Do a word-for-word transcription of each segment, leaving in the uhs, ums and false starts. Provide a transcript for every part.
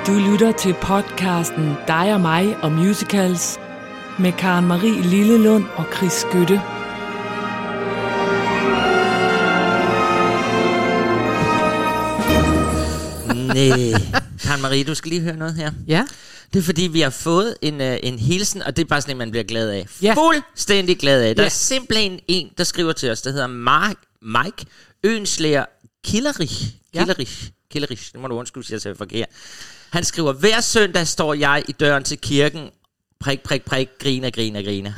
Du lytter til podcasten Dig og mig og musicals med Karen Marie Lillelund og Chris Skytte. Næh, Karen Marie, du skal lige høre noget her. Ja. Det er fordi, vi har fået en, uh, en hilsen, og det er bare sådan en, man bliver glad af. Ja. Fuldstændig glad af. Der Ja. er simpelthen en, der skriver til os, der hedder Mark, Mike Ønslæger Killerich. Ja. Killerich. Killerich, det må du undskylde, hvis jeg siger forkert. Han skriver, hver søndag står jeg i døren til kirken, prik, prik, prik, griner, griner, griner.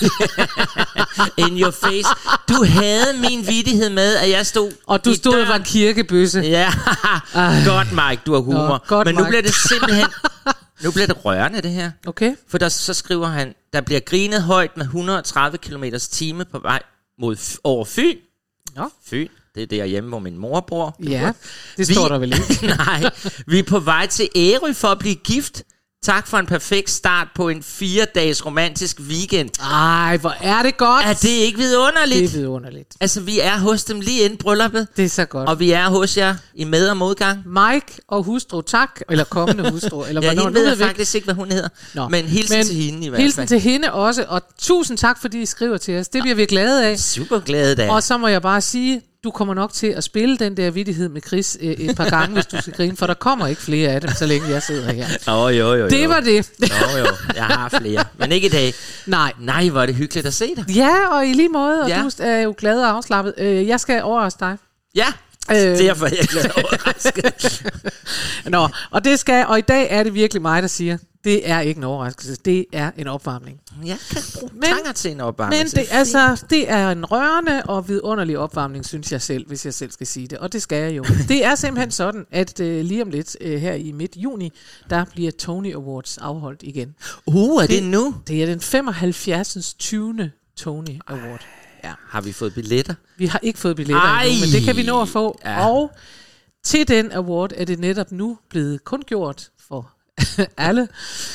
In your face. Du havde min vittighed med, at jeg stod Og du i stod og døren. var en kirkebøsse. Ja, godt Mike, du har humor. Nå, godt, Men nu Mike. bliver det simpelthen, nu bliver det rørende det her. Okay. For der, så skriver han, der bliver grinet højt med et hundrede og tredive kilometer time på vej mod f- over Fyn. Nå. Fyn, det er derhjemme, hvor min mor bor. Ja, det Vi- står der vel ikke. Nej, vi er på vej til Ærø for at blive gift. Tak for en perfekt start på en fire dages romantisk weekend. Ej, hvor er det godt. Er det ikke vidunderligt? Det er vidunderligt. Altså, vi er hos dem lige inden brylluppet, Det er så godt. og vi er hos jer i med- og modgang. Mike og hustru, tak. Eller kommende hustru. Eller Ja, hvornår, hende ved nu jeg vi ikke. faktisk ikke, hvad hun hedder. Nå. Men hilsen Men til hende i hvert Hilsen fald. til hende også. Og tusind tak, fordi I skriver til os. Det bliver vi glade af. Super glade da. Og så må jeg bare sige, du kommer nok til at spille den der vittighed med Chris øh, et par gange, hvis du skal grine. For der kommer ikke flere af dem, så længe jeg sidder her. Åh, jo, jo, jo. Det var det. Jo, jo, jeg har flere. Men ikke i dag. Nej. Nej, hvor er det hyggeligt at se dig. Ja, og i lige måde, og Ja. du er jo glad og afslappet. Øh, Jeg skal overraske dig. Ja, Øh. derfor er jeg glad overrasket. Nå, og det skal, og i dag er det virkelig mig, der siger, det er ikke en overraskelse, det er en opvarmning. Jeg kan bruge Men- tanger til en opvarmning. Men det, altså, det er en rørende og vidunderlig opvarmning, synes jeg selv, hvis jeg selv skal sige det. Og det skal jeg jo. Det er simpelthen sådan, at uh, lige om lidt, uh, her i midt juni, der bliver Tony Awards afholdt igen. Uh, er det, det- nu? Det er den femoghalvfjerds tyvende Tony Award. Ja. Har vi fået billetter? Vi har ikke fået billetter Ej. endnu, men det kan vi nå at få. Ja. Ja. Og til den award er det netop nu blevet kundgjort for alle,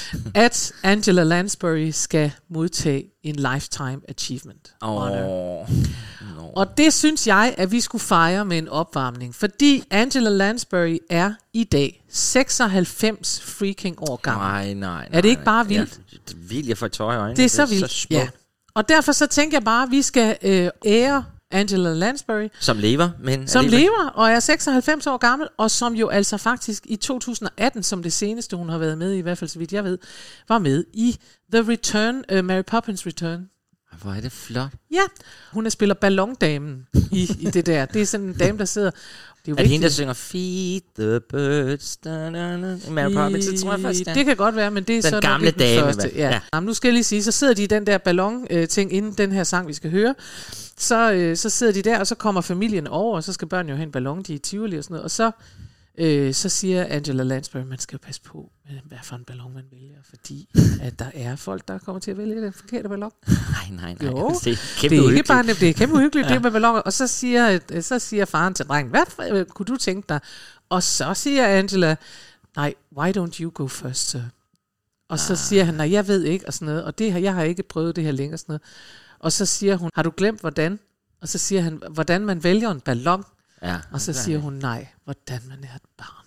at Angela Lansbury skal modtage en Lifetime Achievement Honor. Åh, no. Og det synes jeg, at vi skulle fejre med en opvarmning, fordi Angela Lansbury er i dag seksoghalvfems freaking år gammel. Nej, nej, nej. Er det ikke bare vildt? Ja, det er vildt, jeg får tøj i øjnene. Det er så vildt. smukt. Ja. Og derfor så tænker jeg bare, at vi skal øh, ære Angela Lansbury, Som lever, men som alligevel- lever og er seksoghalvfems år gammel, og som jo altså faktisk i to tusind og atten, som det seneste hun har været med i, i hvert fald så vidt jeg ved, var med i The Return, uh, Mary Poppins Return. Hvor er det flot. Ja, hun er spiller ballondamen i, i det der. Det er sådan en dame, der sidder... Det er, jo Er det hende, der vigtigt. synger Feed the Birds? Da, da, da. Mary Poppins, det tror jeg faktisk, det er. Det kan godt være, men det er Den så nok gamle ikke den dame, første. hvad? Ja. Ja. Jamen, nu skal jeg lige sige, så sidder de i den der ballon-ting, inden den her sang, vi skal høre. Så, øh, så sidder de der, og så kommer familien over, og så skal børn jo have en ballon, de er i Tivoli og sådan noget. Og så, øh, så siger Angela Lansbury, man skal jo passe på, med hvad for en ballon man vælger, fordi at der er folk, der kommer til at vælge den forkerte ballon. Nej, nej, nej. Jo, Det er kæmpe det er ikke uhyggeligt. bare nemt, det er kæmpe uhyggeligt, ja. Det med balloner. Og så siger, øh, så siger faren til drengen, hvad øh, kunne du tænke dig? Og så siger Angela, nej, why don't you go first, sir? Og så siger han, nej, jeg ved ikke, og sådan noget. Og det, har- jeg har ikke prøvet det her længe, og sådan noget. Og så siger hun, har du glemt, hvordan? Og så siger han, hvordan man vælger en ballon. Ja. Og så siger hun, nej, hvordan man er et barn.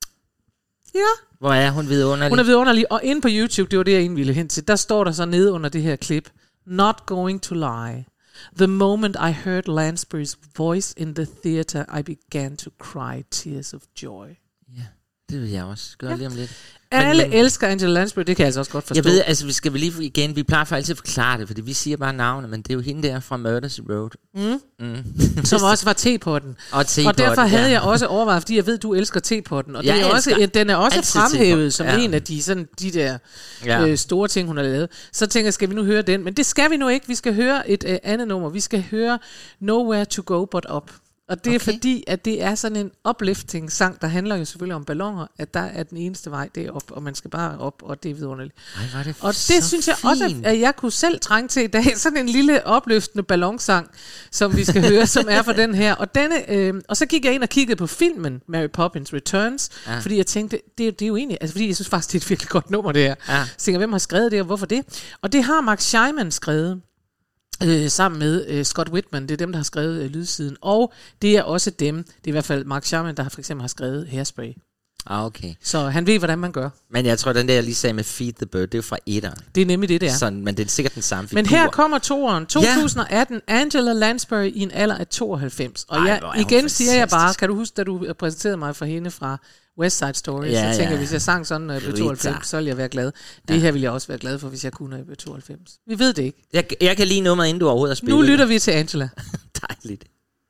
Ja, Hvor er hun vidunderlig? hun er vidunderlig. Og inde på YouTube, det var det, jeg egentlig ville hen til, der står der så nede under det her klip, not going to lie. The moment I heard Lansbury's voice in the theater, I began to cry tears of joy. Ja, det vil jeg også gøre Ja. lige om lidt. Alle men- elsker Angela Lansbury, det kan jeg altså også godt forstå. Jeg ved, altså vi skal vel lige igen, vi plejer for altid at forklare det, fordi vi siger bare navnet, men det er jo hende der fra Murders Road. Mm. Mm. Som også var tepotten. Og, Og derfor tepotten, havde ja. jeg også overvejet, fordi jeg ved, du elsker tepotten. Og Jeg det er også, elsker den er også altid fremhævet tepotten, som ja. en af de, sådan, de der Ja. øh, store ting, hun har lavet. Så tænker jeg, skal vi nu høre den? Men det skal vi nu ikke. Vi skal høre et øh, andet nummer. Vi skal høre Nowhere to Go But Up. Og det er Okay. fordi, at det er sådan en uplifting sang, der handler jo selvfølgelig om balloner, at der er den eneste vej, det er op, og man skal bare op, og det er vidunderligt. Ej, var det Og det så synes jeg også, fint. at jeg kunne selv trænge til i dag. Sådan en lille opløftende ballonsang, som vi skal høre, som er for den her. Og, denne, øh, og så gik jeg ind og kiggede på filmen Mary Poppins Returns, Ja. fordi jeg tænkte, det, det er jo egentlig, altså fordi jeg synes faktisk, det er et virkelig godt nummer det her. Ja. Så tænker jeg, hvem har skrevet det, og hvorfor det? Og det har Mark Scheiman skrevet. øh, sammen med øh, Scott Whitman. Det er dem, der har skrevet øh, lydsiden. Og det er også dem, det er i hvert fald Mark Sherman, der har for eksempel har skrevet Hairspray. Ah, okay. Så han ved, hvordan man gør. Men jeg tror, den der, jeg lige sagde med Feed the Bird, det er jo fra etteren. Det er nemlig det, det er. Sådan, men det er sikkert den samme figur. Men her kommer toeren. to tusind atten, ja. Angela Lansbury i en alder af tooghalvfems. Og Ej, jeg, igen fantastisk. siger jeg bare, kan du huske, da du præsenterede mig for hende fra West Side Story, ja, så jeg tænker, ja. hvis jeg sang sådan uh, på tooghalvfems, så ville jeg være glad. Det ja. her ville jeg også være glad for, hvis jeg kunne på tooghalvfems. Vi ved det ikke. Jeg, jeg kan lige nummeret, inden du overhovedet har spillet. Nu lytter vi til Angela. Dejligt.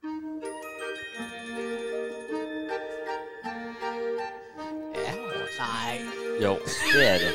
Ja, nej. Jo, det er det.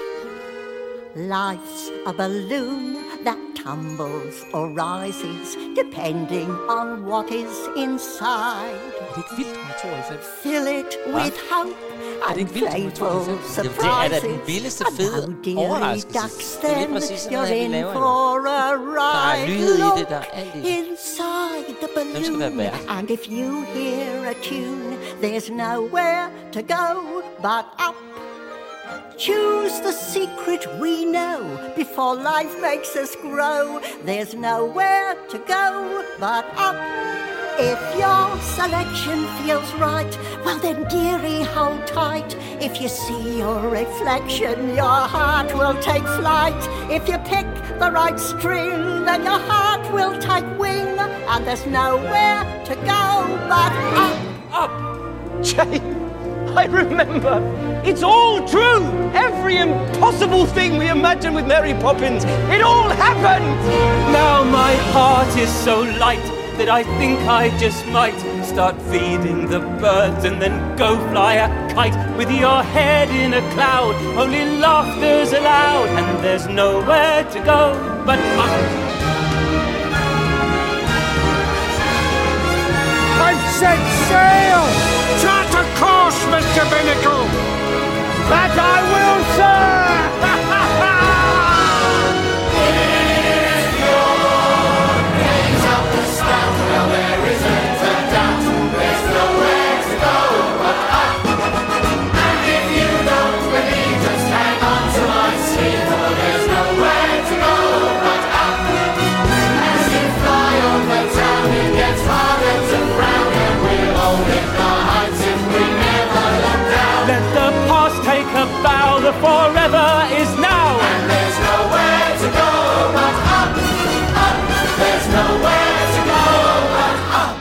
Life's a balloon that tumbles or rises depending on what is inside. Er det ikke vildt med tooghalvfems? Fill it with hope and playful surprises. Det er da den vildeste fede overraskelse. Det er lige præcis sådan noget, vi laver jo. Der er nyhed i det, der er alt i det. Inside the Hvem skal være balloon, vært? and if you hear a tune, there's nowhere to go but up. Choose the secret we know before life makes us grow. There's nowhere to go but up. If your selection feels right, well then dearie, hold tight. If you see your reflection, your heart will take flight. If you pick the right string, then your heart will take wing. And there's nowhere to go but up. Up! Jay, I remember. It's all true. Every impossible thing we imagined with Mary Poppins, it all happened. Now my heart is so light that I think I just might start feeding the birds and then go fly a kite with your head in a cloud. Only laughter's allowed and there's nowhere to go but up. I've set sail! Chart a course, Mister Binnacle! That I will, sir! If your gaze up the spout, well there isn't a doubt. There's nowhere to go but up. And if you don't believe, just hang on to my sleeve. For there's nowhere to go but up. As you fly over town, it gets harder to frown, and we'll all hit the heights if we never look down. Let the past take a bow, the forever is now. And there's nowhere to go but up, up. There's nowhere to go but up.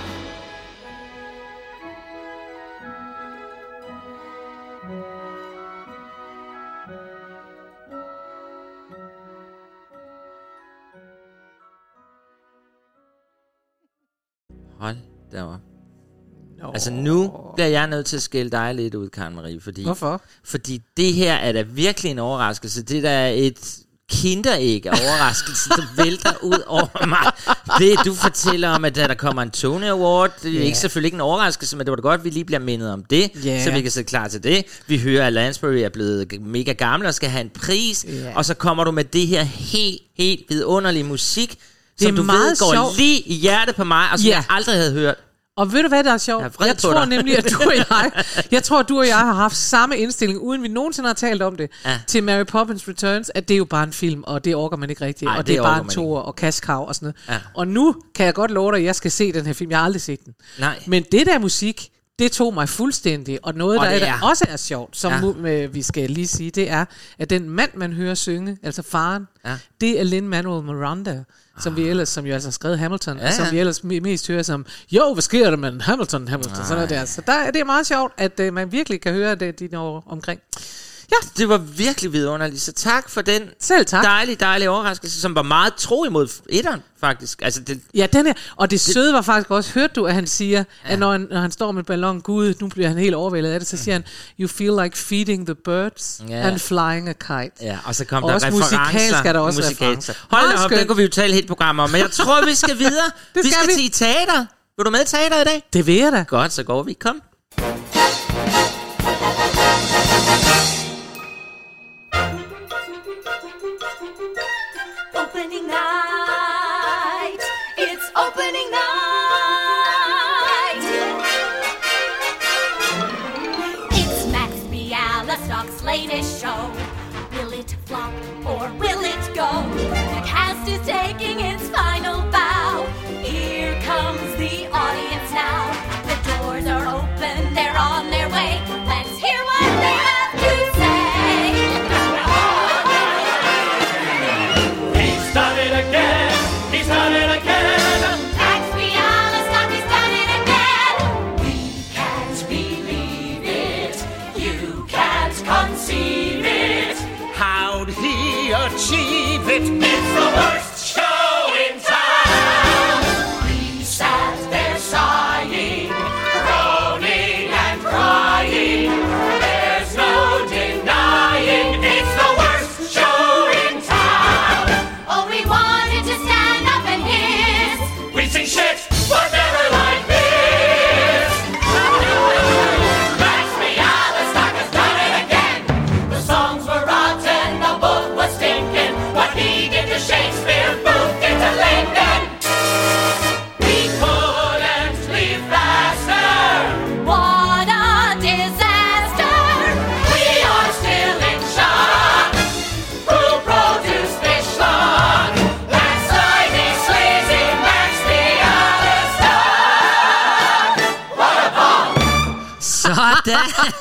Hold da op. Altså nu bliver jeg nødt til at skælde dig lidt ud, Karen Marie, fordi, Hvorfor? fordi det her er da virkelig en overraskelse. Det der er et kinderæg af overraskelse, der vælter ud over mig. Det du fortæller om, at der kommer en Tony Award, det er yeah. ikke selvfølgelig ikke en overraskelse, men det var da godt, at vi lige bliver mindet om det, yeah. så vi kan sidde klar til det. Vi hører, at Lansbury er blevet mega gammel og skal have en pris, yeah. og så kommer du med det her helt, helt vidunderlige musik, det som du meget ved går sjovt. Lige i hjertet på mig, og som yeah. jeg aldrig havde hørt. Og ved du hvad der er sjovt? Jeg, jeg tror nemlig at du og jeg Jeg tror at du og jeg har haft samme indstilling, uden vi nogensinde har talt om det, ja. til Mary Poppins Returns, at det er jo bare en film, og det orker man ikke rigtigt. Ej, og det, det er bare en toer og kaskav og sådan noget. Ja. Og nu kan jeg godt love dig, at jeg skal se den her film. Jeg har aldrig set den. Nej. Men det der musik, det tog mig fuldstændig. Og noget og der, er, der også er sjovt, som ja. mu- vi skal lige sige, det er, at den mand man hører synge, altså faren, ja. det er Lin-Manuel Miranda, som vi ellers, som jo altså har skrevet Hamilton, ja, ja. som vi ellers mest hører som, jo, hvad sker der med Hamilton, Hamilton, Ej. sådan noget der. Så der er det meget sjovt, at uh, man virkelig kan høre det, de når omkring. Ja. Det var virkelig vidunderligt, så tak for den Selv tak. dejlige, dejlige overraskelse, som var meget tro imod etteren, faktisk. Altså, det, ja, den er, og det søde var faktisk også, hørte du, at han siger, ja. at når han, når han står med ballon, gud, nu bliver han helt overvældet af det, så siger han, you feel like feeding the birds ja. and flying a kite. Ja, og så kom og der også referencer. musikalsk er der også referencer. Hold da op, den kunne vi jo tale helt program om, men jeg tror, vi skal videre. det vi skal, skal vi. til teater. Vil du med i teater i dag? Det vil jeg da. Godt, så går vi. Kom. Opening night, it's opening night. It's Max Bialystok's latest show. Will it flop or will it go? The cast is taking its final bow. Here comes the audience now. The doors are open da,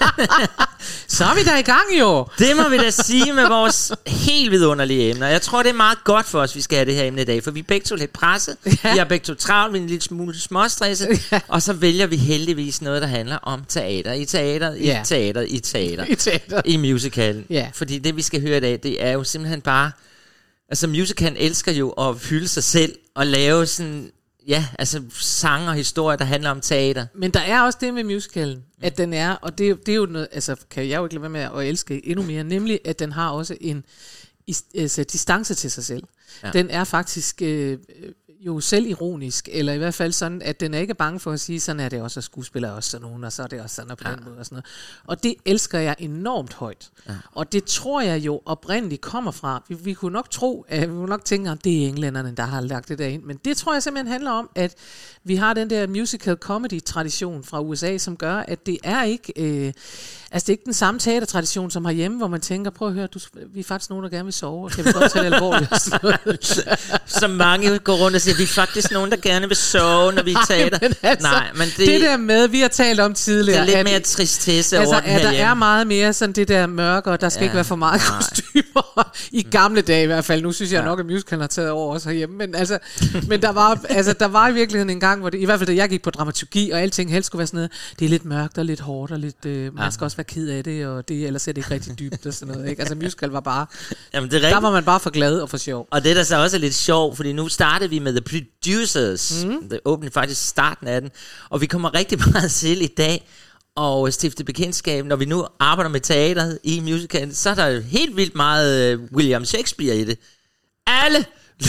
Så er vi da i gang jo. det må vi da sige med vores helt vidunderlige emner. Jeg tror, det er meget godt for os, vi skal have det her emne i dag, for vi er begge to lidt presset. Ja. Vi har begge to travlt, vi er en lille smule småstresset, ja. Og så vælger vi heldigvis noget, der handler om teater. I teater, i Ja. teater, i teater. I teater. I musicalen. Ja. Fordi det, vi skal høre i dag, det er jo simpelthen bare... Altså, musicalen elsker jo at hylde sig selv og lave sådan... Ja, altså sange og historier, der handler om teater. Men der er også det med musicalen, at den er, og det, er jo- det er jo noget, altså kan jeg jo ikke lade være med at elske endnu mere, nemlig at den har også en is- altså, distance til sig selv. Ja. Ja. Den er faktisk øh, jo selvironisk, eller i hvert fald sådan, at den er ikke bange for at sige, sådan er det også, at skuespillere også sådan nogen, og så er det også sådan og på ja. den måde og sådan noget. Og det elsker jeg enormt højt. Ja. Og det tror jeg jo oprindeligt kommer fra. Vi, vi kunne nok tro, at vi kunne nok tænke, at det er englænderne, der har lagt det der ind. Men det tror jeg simpelthen handler om, at vi har den der musical comedy tradition fra U S A, som gør, at det er ikke, øh, altså det er ikke den samme teatertradition som herhjemme, hvor man tænker, prøv at høre, du, vi er faktisk nogen, der gerne vil sove, og kan vi godt tage det alvorligt? Og sådan noget. Så mange går rundt og siger, vi er faktisk nogen, der gerne vil sove, når vi teater. Men altså, Nej, men det, det der med, vi har talt om det tidligere, er lidt at- mere tristesse altså, over den at der herhjemme. er meget mere sådan det der mørke, og der skal Ja, ikke være for meget nej. kostymer. I gamle dage i hvert fald. Nu synes jeg Ja. nok, at musicalen har taget over også herhjemme. Men, altså, men der, var, altså, der var i virkeligheden en gang, hvor det, i hvert fald da jeg gik på dramaturgi, og alting helst skulle være sådan noget, det er lidt mørkt og lidt hårdt, og lidt, øh, man Ja. skal også være ked af det, og det, ellers er det ikke rigtig dybt og sådan noget. Ikke? Altså musical var bare, Jamen, det er der rigtigt. var man bare for glad og for sjov. Og det der så også er lidt sjovt, fordi nu startede vi med The Producers. Mm. Det åbnede faktisk starten af den. Og vi kommer rigtig meget til i dag og stifte bekendtskab. Når vi nu arbejder med teateret i musicalen, så er der jo helt vildt meget uh, William Shakespeare i det. Alle...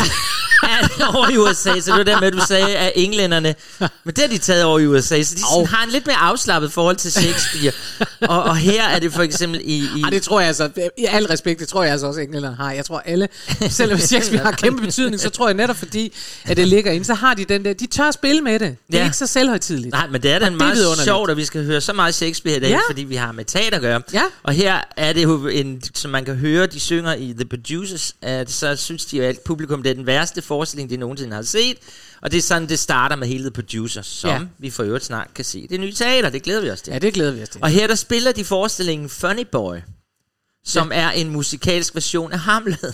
alle over i U S A, så det var der med, at du sagde, at englænderne, men det har de taget over i U S A, så de sådan, har en lidt mere afslappet forhold til Shakespeare. og, og her er det for eksempel i... i Ej, det tror jeg altså, i al respekt, det tror jeg altså også, englænderne har. Jeg tror alle, selvom Shakespeare har kæmpe betydning, så tror jeg netop fordi, at det ligger inde, så har de den der, de tør at spille med det. Det er Ja. ikke så selvhøjtidligt. Nej, men det er da Og meget vidunderligt. sjovt, at vi skal høre så meget Shakespeare i dag, Ja. fordi vi har med teater at gøre. Ja. Og her er det jo, en, som man kan høre, de synger i The Producers, at så synes de jo, at publikum, det er den værste forestilling, de nogensinde har set. Og det er sådan, det starter med hele The Producers, som Ja. vi for øvrigt snart kan se. Det er nye teater, det glæder vi os til. Ja, det glæder vi os til. Og her der spiller de forestillingen Funny Boy, som ja. er en musikalsk version af Hamlet.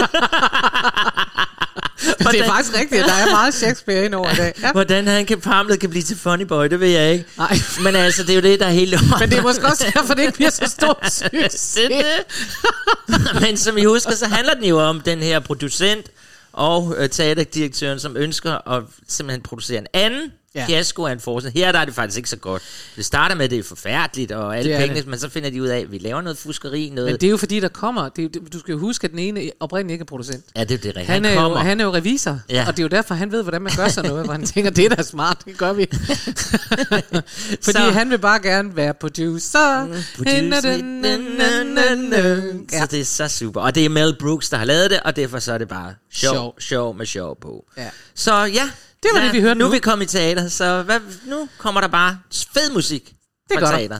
Det er faktisk rigtigt, at der er meget Shakespeare ind over i dag. Ja. Hvordan han kan, Hamlet kan blive til Funny Boy, det ved jeg ikke. Nej. Men altså, det er jo det, der er helt... Men det er måske også derfor, det ikke bliver så stor succes. Det er det. Men som I husker, så handler den jo om den her producent og øh, teaterdirektøren, som ønsker at simpelthen producere en anden Ja. fiasko af en forestilling. Her der er det faktisk ikke så godt. Det starter med, at det er forfærdeligt, og alle Det er pengene, det. men så finder de ud af, at vi laver noget fuskeri, noget... Men det er jo fordi, der kommer, det er, jo- du skal jo huske, at den ene oprindeligt ikke er producent. Ja, det er det rigtigt. Han, Han, er jo, kommer. han er jo revisor, Ja. og det er jo derfor, han ved, hvordan man gør sådan noget, hvor han tænker, det er da smart, det gør vi. Fordi Så- han vil bare gerne være producer. Så det er så super. Og det er Mel Brooks, der har lavet det, og derfor så er det bare sjov, Sjov. sjov med sjov på. Ja. Så ja, Det var det, vi hørte nu. nu. Nu er vi kommet i teater, så hvad, nu kommer der bare fed musik Det fra gør der. teater.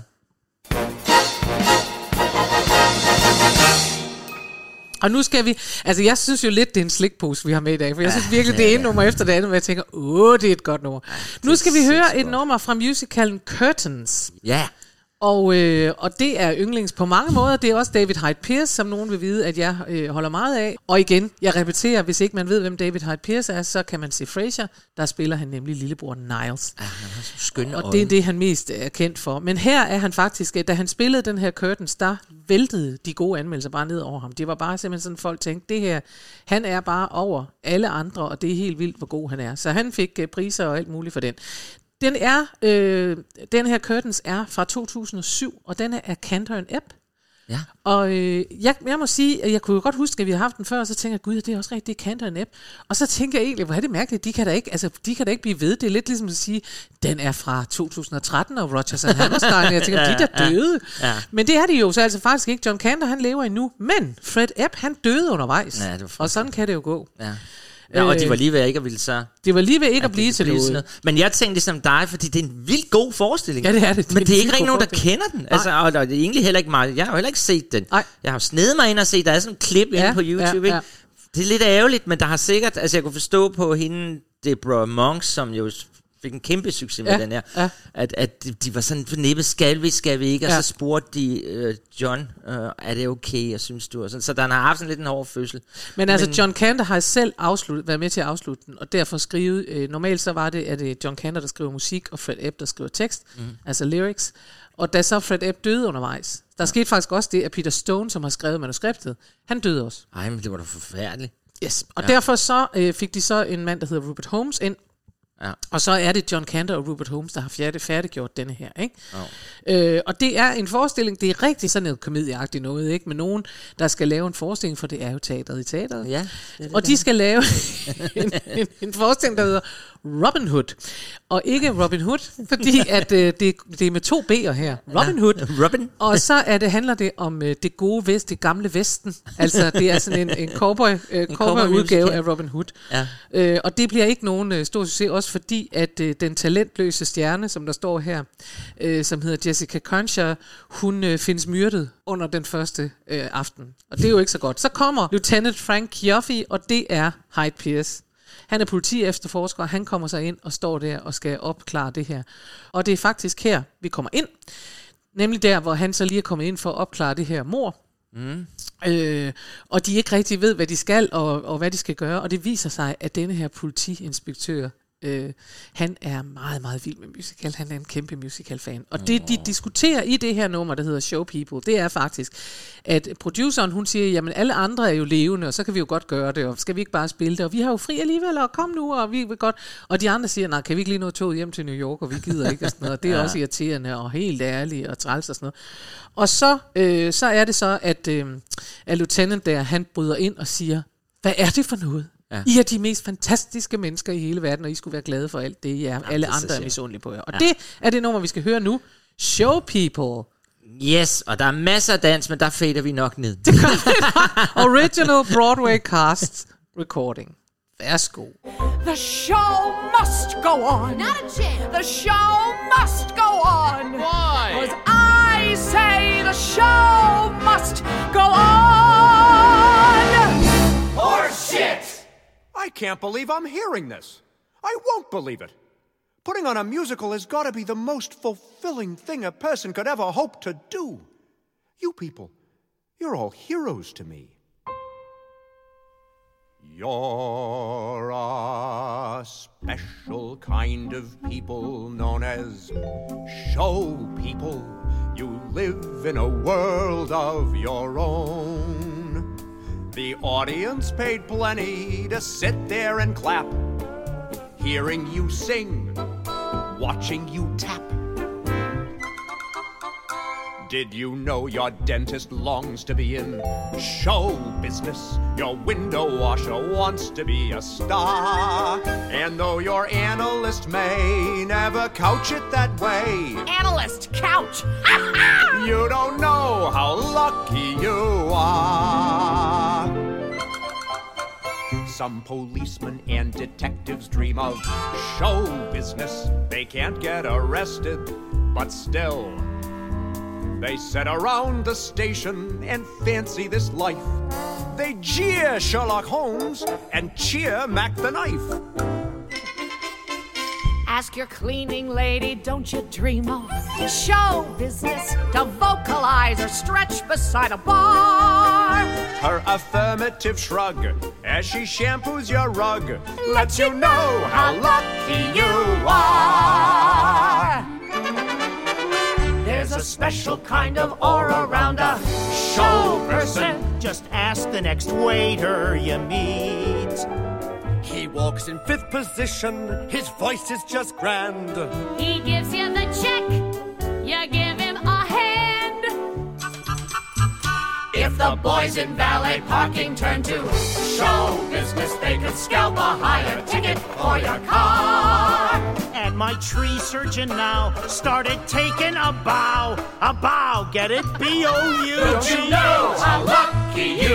Og nu skal vi, altså jeg synes jo lidt, det er en slikpose, vi har med i dag, for jeg synes virkelig, det er en nummer efter det andet, hvor jeg tænker, åh, det er et godt nummer. Nu skal vi er høre sindssygt et godt. nummer fra musicalen Curtains. Ja, Og, øh, og det er yndlings på mange måder. Det er også David Hyde Pierce, som nogen vil vide, at jeg øh, holder meget af. Og igen, jeg repeterer, hvis ikke man ved, hvem David Hyde Pierce er, så kan man se Frasier. Der spiller han nemlig lillebror Niles. ah, han har så skønne Og øjne. det er det, han mest er kendt for. Men her er han faktisk, da han spillede den her Curtains, der væltede de gode anmeldelser bare ned over ham. Det var bare simpelthen sådan, folk tænkte, det her, han er bare over alle andre, og det er helt vildt, hvor god han er. Så han fik øh, priser og alt muligt for den. Den er, øh, den her Curtains er fra to tusind og syv, og den er af Cantor and Ebb. Ja. Og øh, jeg, jeg må sige, at jeg kunne jo godt huske, at vi har haft den før, og så tænker jeg, gud, det er også rigtigt, det er Cantor and Ebb. Og så tænker jeg egentlig, hvor er det mærkeligt, de kan da ikke, altså, de kan da ikke blive ved. Det er lidt ligesom at sige, den er fra to tusind og tretten, og Rodgers and Hammerstein, og jeg tænker, de er da døde. Ja. Men det er de jo så altså faktisk ikke. John Cantor, han lever endnu, men Fred Ebb, han døde undervejs. Ja, det var og sådan kan det jo gå. Ja. Ja, og de Øh, var lige ved at ikke at ville så... Det var lige ved ikke at at blive det til kunne noget. sådan Men jeg tænkte ligesom dig, fordi det er en vildt god forestilling. Ja, det er det. Det er Men en det er ikke vildt rigtig god nogen, der forestilling. kender den. Altså, og, og det er egentlig heller ikke meget. Jeg har jo heller ikke set den. Nej. Jeg har jo snedet mig ind og set, der er sådan en klip Ja, inde på YouTube. ja, ja. Ikke? Det er lidt ærgerligt, men der har sikkert... Altså, jeg kunne forstå på hende, Deborah Monk, som jo fik en kæmpe succes med Ja, den her. ja. At, at de, de var sådan fornippet, skal vi, skal vi ikke? Og Ja. så spurgte de uh, John, uh, er det okay, jeg synes du? Og sådan. Så den har haft sådan lidt en hård fødsel. Men altså, John Kander har selv afslut, været med til at afslutte den, og derfor skrive, øh, normalt så var det, at det er John Kander, der skriver musik, og Fred Ebb, der skriver tekst, mm. altså lyrics. Og da så Fred Ebb døde undervejs, der ja. skete faktisk også det, at Peter Stone, som har skrevet manuskriptet, han døde også. Ej, men det var da forfærdeligt. Yes. Og Ja. derfor så øh, fik de så en mand, der hedder Rupert Holmes ind, Ja. og så er det John Kander og Rupert Holmes, der har færdig, færdiggjort denne her, ikke? Oh. Øh, og det er en forestilling, det er rigtig sådan noget komedieagtigt noget, ikke? Med nogen, der skal lave en forestilling, for det er jo teateret i teateret. Ja, det det og de skal lave en, en, en forestilling, der hedder Robin Hood. Og ikke Robin Hood, fordi at, øh, det, det er med to B'er her. Robin Hood. Robin. Og så er det, handler det om øh, det gode vest, det gamle vesten. Altså, det er sådan en, en cowboy, øh, cowboy-udgave cowboy af Robin Hood. Ja. Øh, og det bliver ikke nogen øh, stor succes, også fordi, at øh, den talentløse stjerne, som der står her, øh, som hedder Jessica Concha, hun øh, findes myrdet under den første øh, aften. Og det er jo ikke så godt. Så kommer Lieutenant Frank Cioffi, og det er Hyde Pierce. Han er politiefterforsker, og han kommer så ind og står der og skal opklare det her. Og det er faktisk her, vi kommer ind. Nemlig der, hvor han så lige er kommet ind for at opklare det her mord. Mm. Øh, og de ikke rigtig ved, hvad de skal, og, og hvad de skal gøre. Og det viser sig, at denne her politiinspektør, øh, han er meget, meget vild med musical. Han er en kæmpe musical-fan. Og det, de diskuterer i det her nummer, der hedder Show People, det er faktisk, at produceren, hun siger, jamen alle andre er jo levende, og så kan vi jo godt gøre det, og skal vi ikke bare spille det, og vi har jo fri alligevel, og kom nu, og vi vil godt. Og de andre siger, nej, kan vi ikke lige nå toget hjem til New York, og vi gider ikke, og sådan noget. Det er ja. også irriterende, og helt ærligt, og træls og sådan noget. Og så, øh, så er det så, at, øh, at lieutenant der, han bryder ind og siger, hvad er det for noget? Ja. I er de mest fantastiske mennesker i hele verden, og I skulle være glade for alt det, I er. Alle det andre er jeg. misundelige på jer. Og Ja. det er det nummer, vi skal høre nu. Show People. Yes, og der er masser af dans, men der fader vi nok ned. Original Broadway cast recording. Værsgo. The show must go on. Not a chance. The show must go on. Why? Because I say the show must go on. Horseshit! I can't believe I'm hearing this. I won't believe it. Putting on a musical has got to be the most fulfilling thing a person could ever hope to do. You people, you're all heroes to me. You're a special kind of people known as show people. You live in a world of your own. The audience paid plenty to sit there and clap, hearing you sing, watching you tap. Did you know your dentist longs to be in show business? Your window washer wants to be a star. And though your analyst may never couch it that way, Analyst couch. you don't know how lucky you are. Some policemen and detectives dream of show business. They can't get arrested, but still they sit around the station and fancy this life. They jeer Sherlock Holmes and cheer Mac the Knife. Ask your cleaning lady, don't you dream of show business to vocalize or stretch beside a bar? Her affirmative shrug as she shampoos your rug lets you know how lucky you are. There's a special kind of aura around a show person. Just ask the next waiter you meet. He walks in fifth position, his voice is just grand. He gives you the check, you give him a hand. If the boys in valet parking turn to show business, they could scalp a higher ticket for your car. And my tree surgeon now started taking a bow. A bow, get it? B O U G. Don't you know how lucky you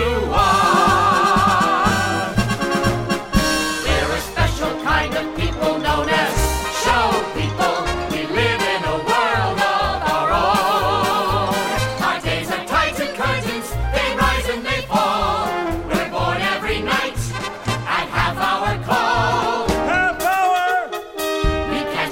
are? They're a special kind of people known as show people. We live in a world of our own. Our days are tides and curtains, they rise and they fall. We're born every night at half hour call. Half hour! We can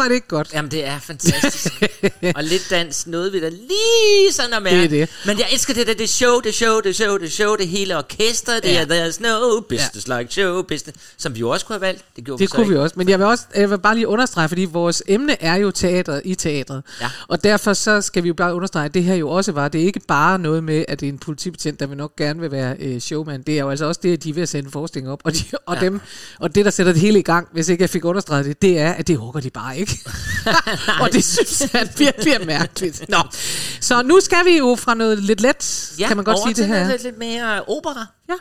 det ikke godt? Jamen, det er fantastisk. Og lidt dans, noget vi da lige sådan at mærke. Det er det. Men jeg elsker det der, det show, det show, det show, det show, det hele orkester, det Ja. er there's no business ja. like show business, som vi jo også kunne have valgt. Det, gjorde Det vi så kunne vi ikke. også, men jeg vil også jeg vil bare lige understrege, fordi vores emne er jo teater i teatret. Ja. Og derfor så skal vi jo bare understrege, at det her jo også var, det er ikke bare noget med, at det er en politibetjent, der vil nok gerne vil være øh, showman. Det er jo altså også det, at de er ved at sende en forestilling op. Og, de, og, Ja. dem, og det, der sætter det hele i gang, hvis ikke jeg fik understreget det, det er, at det hugger de bare ikke. Og det synes jeg virkelig er mærkeligt. Nå. Så nu skal vi jo fra noget lidt let, Ja, kan man godt over sige til det her. noget lidt mere opera. Ja.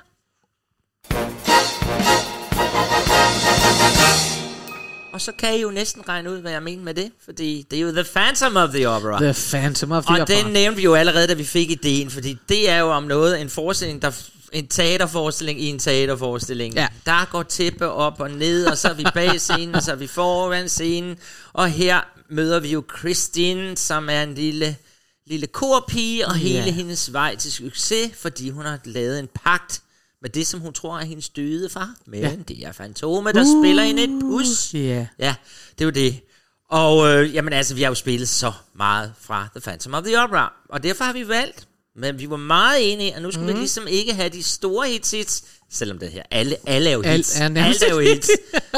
Og så kan I jo næsten regne ud, hvad jeg mener med det, fordi det er jo The Phantom of the Opera. The Phantom of the Og Opera. den nævnte vi jo allerede, da vi fik ideen, fordi det er jo om noget, en forestilling, der en teaterforestilling i en teaterforestilling. Ja. Der går tæppe op og ned, og så er vi bag scenen, og så er vi foran scenen. Og her møder vi jo Christine, som er en lille, lille korpige, og hele Ja. hendes vej til succes, fordi hun har lavet en pagt med det, som hun tror er hendes døde far. Men Ja. det er Fantome, der uh, spiller ind et pus. Ja. Ja, det er jo det. Og øh, jamen altså, vi har jo spillet så meget fra The Phantom of the Opera, og derfor har vi valgt, men vi var meget enige, og nu skulle mm. vi ligesom ikke have de store hits, hits selvom det her, alle, alle er jo Alt hits. er nærmest Alt er jo hits.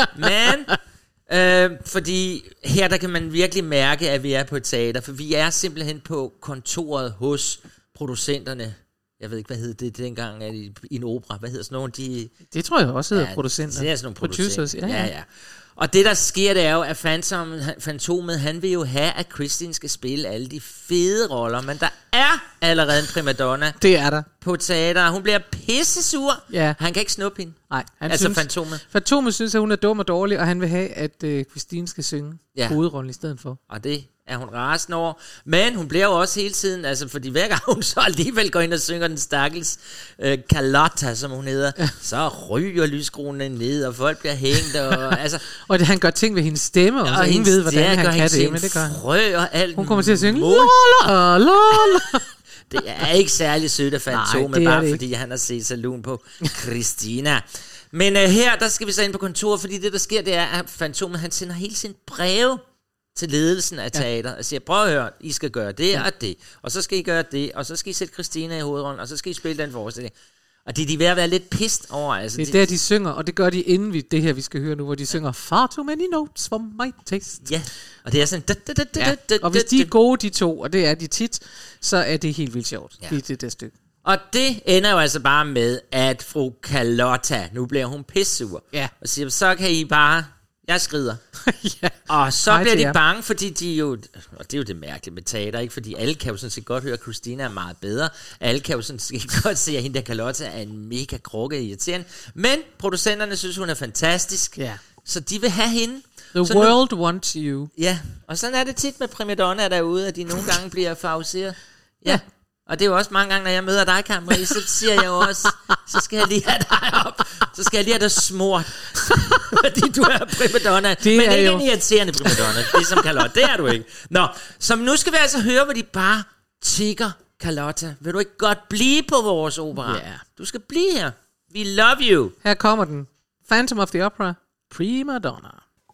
Men, øh, fordi her der kan man virkelig mærke, at vi er på et teater, for vi er simpelthen på kontoret hos producenterne. Jeg ved ikke, hvad hed det dengang at i, i en opera. Hvad hedder sådan nogle? De, Det tror jeg også hedder ja, producenter. Det er sådan nogle Producers, producenter. ja, Ja, ja. ja. Og det der sker, det er jo, at Phantom, Fantomet, han vil jo have, at Christine skal spille alle de fede roller, men der er allerede en primadonna Det er der. på teater. Hun bliver pissesur. Ja. Han kan ikke snuppe hende. Nej, han Altså synes, Fantomet. Fantomet synes, at hun er dum og dårlig, og han vil have, at øh, Christine skal synge Ja. hovedrollen i stedet for. Og det er hun rasende over. Men hun bliver jo også hele tiden, altså fordi hver gang hun så alligevel går ind og synger den stakkels øh, Carlotta, som hun hedder, ja. så ryger lyskronene ned, og folk bliver hængt. Og, altså, Og det, han gør ting ved hendes stemme, og, og så ingen hendes- ved, hvordan ja, han gør kan hende til det, en men det gør han. frø og alt. Hun kommer til at synge, muligt. la la la la. Det er ikke særlig sødt af Nej, Fantomet, det er bare det fordi han har set saloon på Christina. Men uh, her, der skal vi så ind på kontoret, fordi det, der sker, det er, at Fantomet, han sender hele sin breve til ledelsen af teater, og siger, prøv at høre, I skal gøre det ja. og det, og så skal I gøre det, og så skal I sætte Christina i hovedrollen, og så skal I spille den forestilling. Og det er de ved at være lidt pissed over. Altså, Det er de, der, de synger, og det gør de inden vi, det her, vi skal høre nu, hvor de synger Far too many notes for my taste. Ja, og det er sådan... Da, da, da, da, Ja. da, Og hvis da, de er da. gode, de to, og det er de tit, så er det helt vildt sjovt. Ja. Ja. Det er det der stykke. Og det ender jo altså bare med, at fru Carlotta, nu bliver hun pissur, Ja. og siger, så kan I bare... Jeg skrider. Ja. Og så Hej bliver til de jer. bange, fordi de jo... Og det er jo det mærkelige med teater, ikke? Fordi alle kan jo sådan set godt høre, at Christina er meget bedre. Alle kan jo sådan set godt se, at hende der Carlotta er en mega krukke irriterende. Men producenterne synes, hun er fantastisk. Ja. Så de vil have hende. The så nu- world wants you. Ja, og sådan er det tit med primadonnaer derude, at de nogle gange bliver favoriseret. Ja, og det er jo også mange gange, når jeg møder dig, Kammerie, så siger jeg jo også, så skal jeg lige have dig op, så skal jeg lige have dig smurt, fordi du er primadonna. Det Men er ikke jo- en irriterende primadonna, det som Carlotta, det er du ikke. Nå, så nu skal vi altså høre, hvor de bare tigger, Carlotta, vil du ikke godt blive på vores opera? Ja. Du skal blive her. We love you. Her kommer den. Phantom of the Opera, Prima Donna.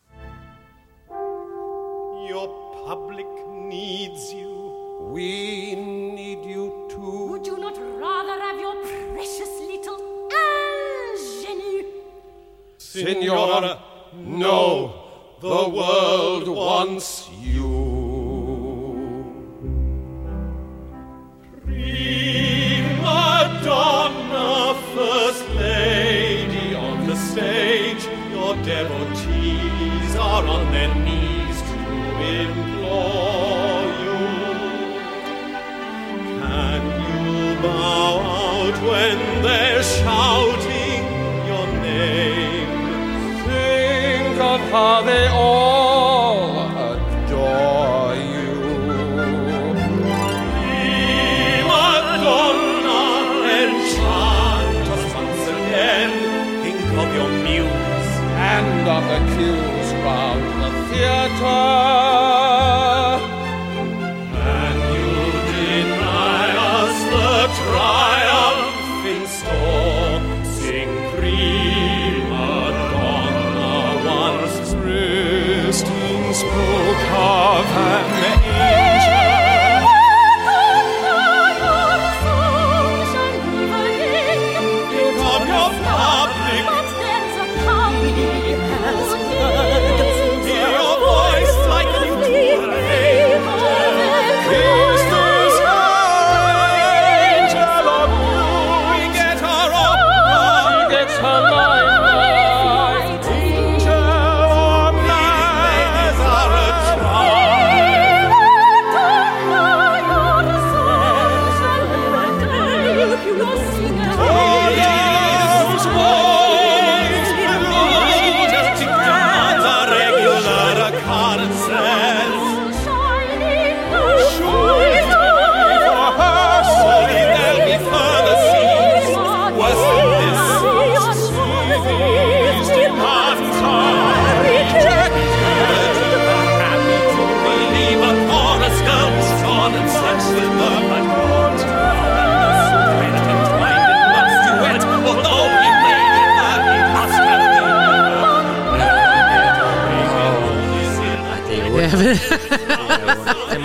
Your public needs you. We need you too. Would you not rather have your precious little ingénue? Signora, no, the world wants you. Prima donna, first lady on the stage, your devotees are on their knees to implore you. Can you bow out when they're shouting your name? Think of how they all adore you. Prima donna, enchant us once again. Think of your muse And of the cues round the theater. and you deny us the triumph in store. Sing prima donna once through.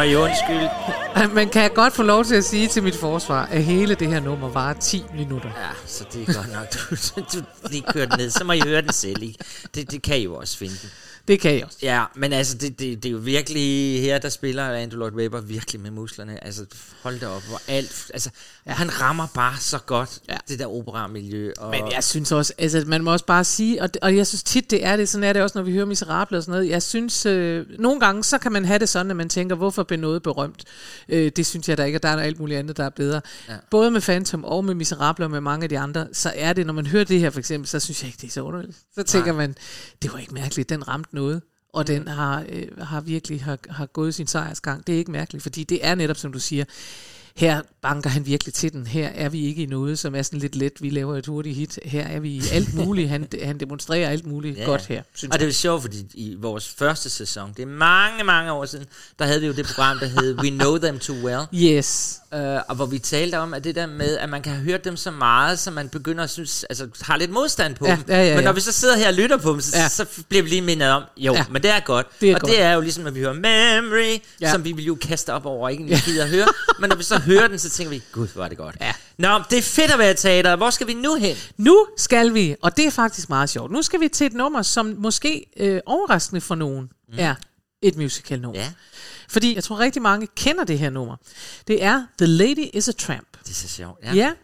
mig i undskyld. Man kan godt få lov til at sige til mit forsvar, at hele det her nummer varer ti minutter. Ja, så det er godt nok. Du, du lige kører den ned. Så må I høre den selv, ikke? Det, det kan I jo også finde den. Det kan jeg også. Ja, men altså, det, det, det er jo virkelig her, der spiller Andrew Lloyd Webber virkelig med musklerne. Altså, hold da op, hvor alt... Altså, ja. Han rammer bare så godt, ja. Det der operamiljø. Og... Men jeg synes også, altså, man må også bare sige, og, det, og jeg synes tit, det er det, sådan er det også, når vi hører Miserable og sådan noget. Jeg synes, øh, nogle gange, så kan man have det sådan, at man tænker, hvorfor blev noget berømt? Øh, det synes jeg da ikke, og der er alt muligt andet, der er bedre. Ja. Både med Phantom og med Miserable og med mange af de andre, så er det, når man hører det her for eksempel, så synes jeg ikke, det er så underligt. Så tænker Nej. man, det var ikke mærkeligt, den ramte noget, og den har, øh, har virkelig har, har gået sin sejrsgang. Det er ikke mærkeligt, fordi det er netop, som du siger, her banker han virkelig til den. Her er vi ikke i noget, som er sådan lidt let. Vi laver et hurtigt hit. Her er vi i alt muligt. Han, han demonstrerer alt muligt ja. godt her, synes Og det er sjovt, fordi i vores første sæson, det er mange, mange år siden, der havde vi jo det program, der hed We Know Them Too Well. Yes. Uh, og hvor vi talte om, at det der med, at man kan have hørt dem så meget, så man begynder at synes, altså har lidt modstand på ja, dem. Ja, ja, ja. Men når vi så sidder her og lytter på dem, så, ja. så bliver vi lige mindet om, jo, ja. men det er godt. Det er og godt. Det er jo ligesom, at vi hører Memory, ja. som vi vil jo kaste op over, ikke en gider at høre. Men når vi så hører den, så tænker vi, gud, hvor er det godt. Ja. Nå, det er fedt at være teater. Hvor skal vi nu hen? Nu skal vi, og det er faktisk meget sjovt, nu skal vi til et nummer, som måske øh, overraskende for nogen mm. er et musical nummer. Ja. Fordi jeg tror rigtig mange kender det her nummer. Det er The Lady is a Tramp. Det er så sjovt. Ja. Ja.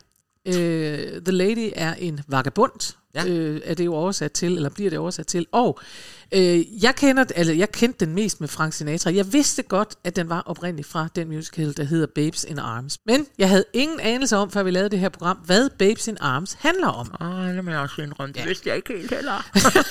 Øh, The Lady er en vagabond. Ja. Øh, er det jo oversat til, eller bliver det oversat til. Og øh, jeg kender, altså jeg kendte den mest med Frank Sinatra. Jeg vidste godt, at den var oprindelig fra den musical, der hedder Babes in Arms. Men jeg havde ingen anelse om, før vi lavede det her program, hvad Babes in Arms handler om. Åh, det må jeg også indrømme. Det vidste jeg ikke helt heller.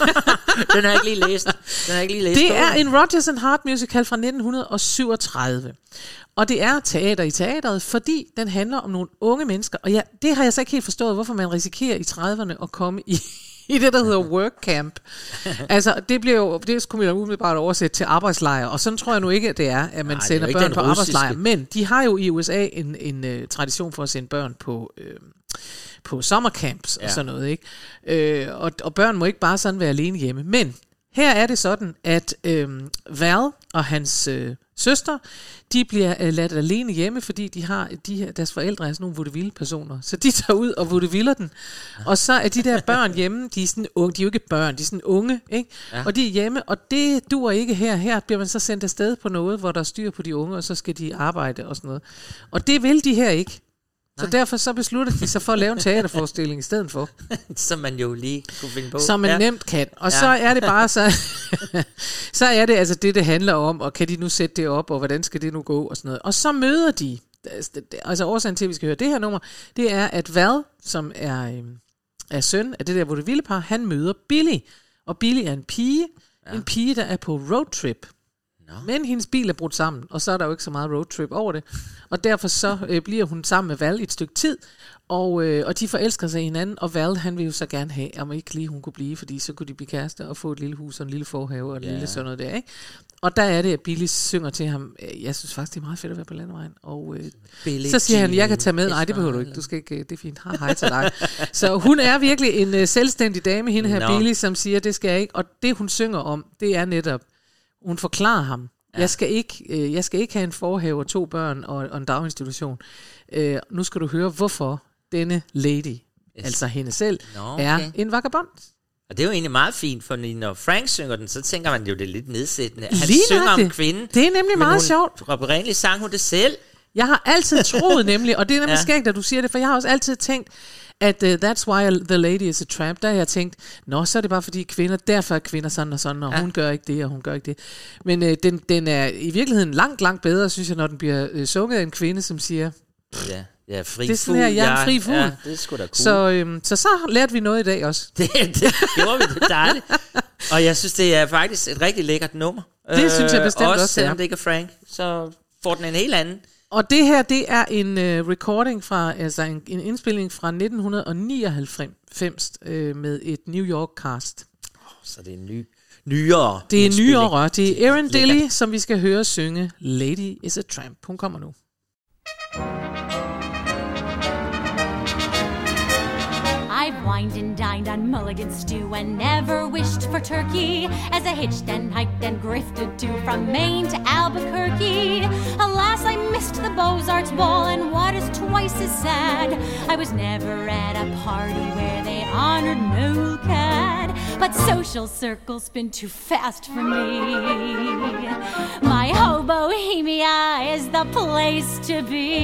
Den har jeg ikke lige læst. Den har jeg ikke lige læst. Det er en Rodgers and Hart musical fra nitten syvogtredive. Og det er teater i teateret, fordi den handler om nogle unge mennesker. Og ja, det har jeg så ikke helt forstået, hvorfor man risikerer i trediverne at komme i, i det, der hedder work camp. Altså, det bliver jo, det skulle man jo umiddelbart oversætte til arbejdslejre. Og sådan tror jeg nu ikke, at det er, at man Nej, sender børn på arbejdslejre. Men de har jo i U S A en, en uh, tradition for at sende børn på... Uh, på sommercamps ja. og sådan noget, ikke? Øh, og, og børn må ikke bare sådan være alene hjemme. Men her er det sådan, at øh, Val og hans øh, søster, de bliver øh, ladt alene hjemme, fordi de har de her, deres forældre er sådan nogle vaudeville-personer. Så de tager ud og vaudeviller den. Og så er de der børn hjemme, de er sådan unge, de er jo ikke børn, de er sådan unge, ikke? Ja. Og de er hjemme, og det duer ikke her. Her bliver man så sendt afsted på noget, hvor der er styr på de unge, og så skal de arbejde og sådan noget. Og det vil de her ikke. Så Nej. derfor så beslutter de sig for at lave en teaterforestilling i stedet for. Som man jo lige kunne finde på. Som man ja. nemt kan. Og ja. så er det bare så... så er det altså det, det handler om, og kan de nu sætte det op, og hvordan skal det nu gå, og sådan noget. Og så møder de... Altså årsagen til, at vi skal høre det her nummer, det er, at Val, som er, er søn af det der vaudeville-par, han møder Billy. Og Billy er en pige. Ja. En pige, der er på roadtrip. No. Men hendes bil er brudt sammen, og så er der jo ikke så meget roadtrip over det. Og derfor så øh, bliver hun sammen med Val et stykke tid, og, øh, og de forelsker sig i hinanden, og Val, han vil jo så gerne have, om ikke lige hun kunne blive, fordi så kunne de blive kærester og få et lille hus og en lille forhave og et yeah. lille sådan noget der, ikke? Og der er det, at Billy synger til ham, jeg synes faktisk, det er meget fedt at være på landevejen, og øh, så siger han, jeg kan tage med, nej det behøver du ikke, du skal ikke, det er fint, hej hej til dig. Så hun er virkelig en uh, selvstændig dame, hende her no. Billy, som siger, det skal jeg ikke, og det hun synger om, det er netop, hun forklarer ham, ja. jeg, skal ikke, øh, jeg skal ikke have en forhave og to børn og, og en daginstitution. Øh, nu skal du høre, hvorfor denne lady, yes. altså hende selv, Nå, okay. er en vagabond. Og det er jo egentlig meget fint, for når Frank synger den, så tænker man jo, det er lidt nedsættende. Han Lige synger det. om kvinden. Det er nemlig meget hun, sjovt. Oprindeligt sang hun det selv. Jeg har altid troet nemlig, og det er nemlig ja. skægt, at du siger det, for jeg har også altid tænkt, at uh, that's why the lady is a tramp. Der har jeg tænkt, nå, så er det bare fordi kvinder, derfor er kvinder sådan og sådan, og ja. hun gør ikke det, og hun gør ikke det. Men uh, den, den er i virkeligheden langt, langt bedre, synes jeg, når den bliver uh, sunget af en kvinde, som siger... Ja. Ja, fri det er sådan her, jeg er en fri fugl. Ja, det er sgu da cool. Så, øhm, så så lærte vi noget i dag også. det, det gjorde vi, det er dejligt. Og jeg synes, det er faktisk et rigtig lækkert nummer. Det øh, synes jeg bestemt også. Også selvom det ikke er Frank, så får den en helt anden. Og det her, det er en uh, recording fra, altså en, en indspilning fra nitten nioghalvfems uh, med et New York cast. Oh, så det er en ny, nyere Det er nyere. Det er Erin Dilly, som vi skal høre synge Lady is a Tramp. Hun kommer nu. I I've wined and dined on mulligan stew and never wished for turkey, as I hitched and hiked and grifted too from Maine to Albuquerque. Alas, I missed the Beaux-Arts ball, and what is twice as sad, I was never at a party where they honored Noel Cad. But social circles been too fast for me. My Hobohemia is the place to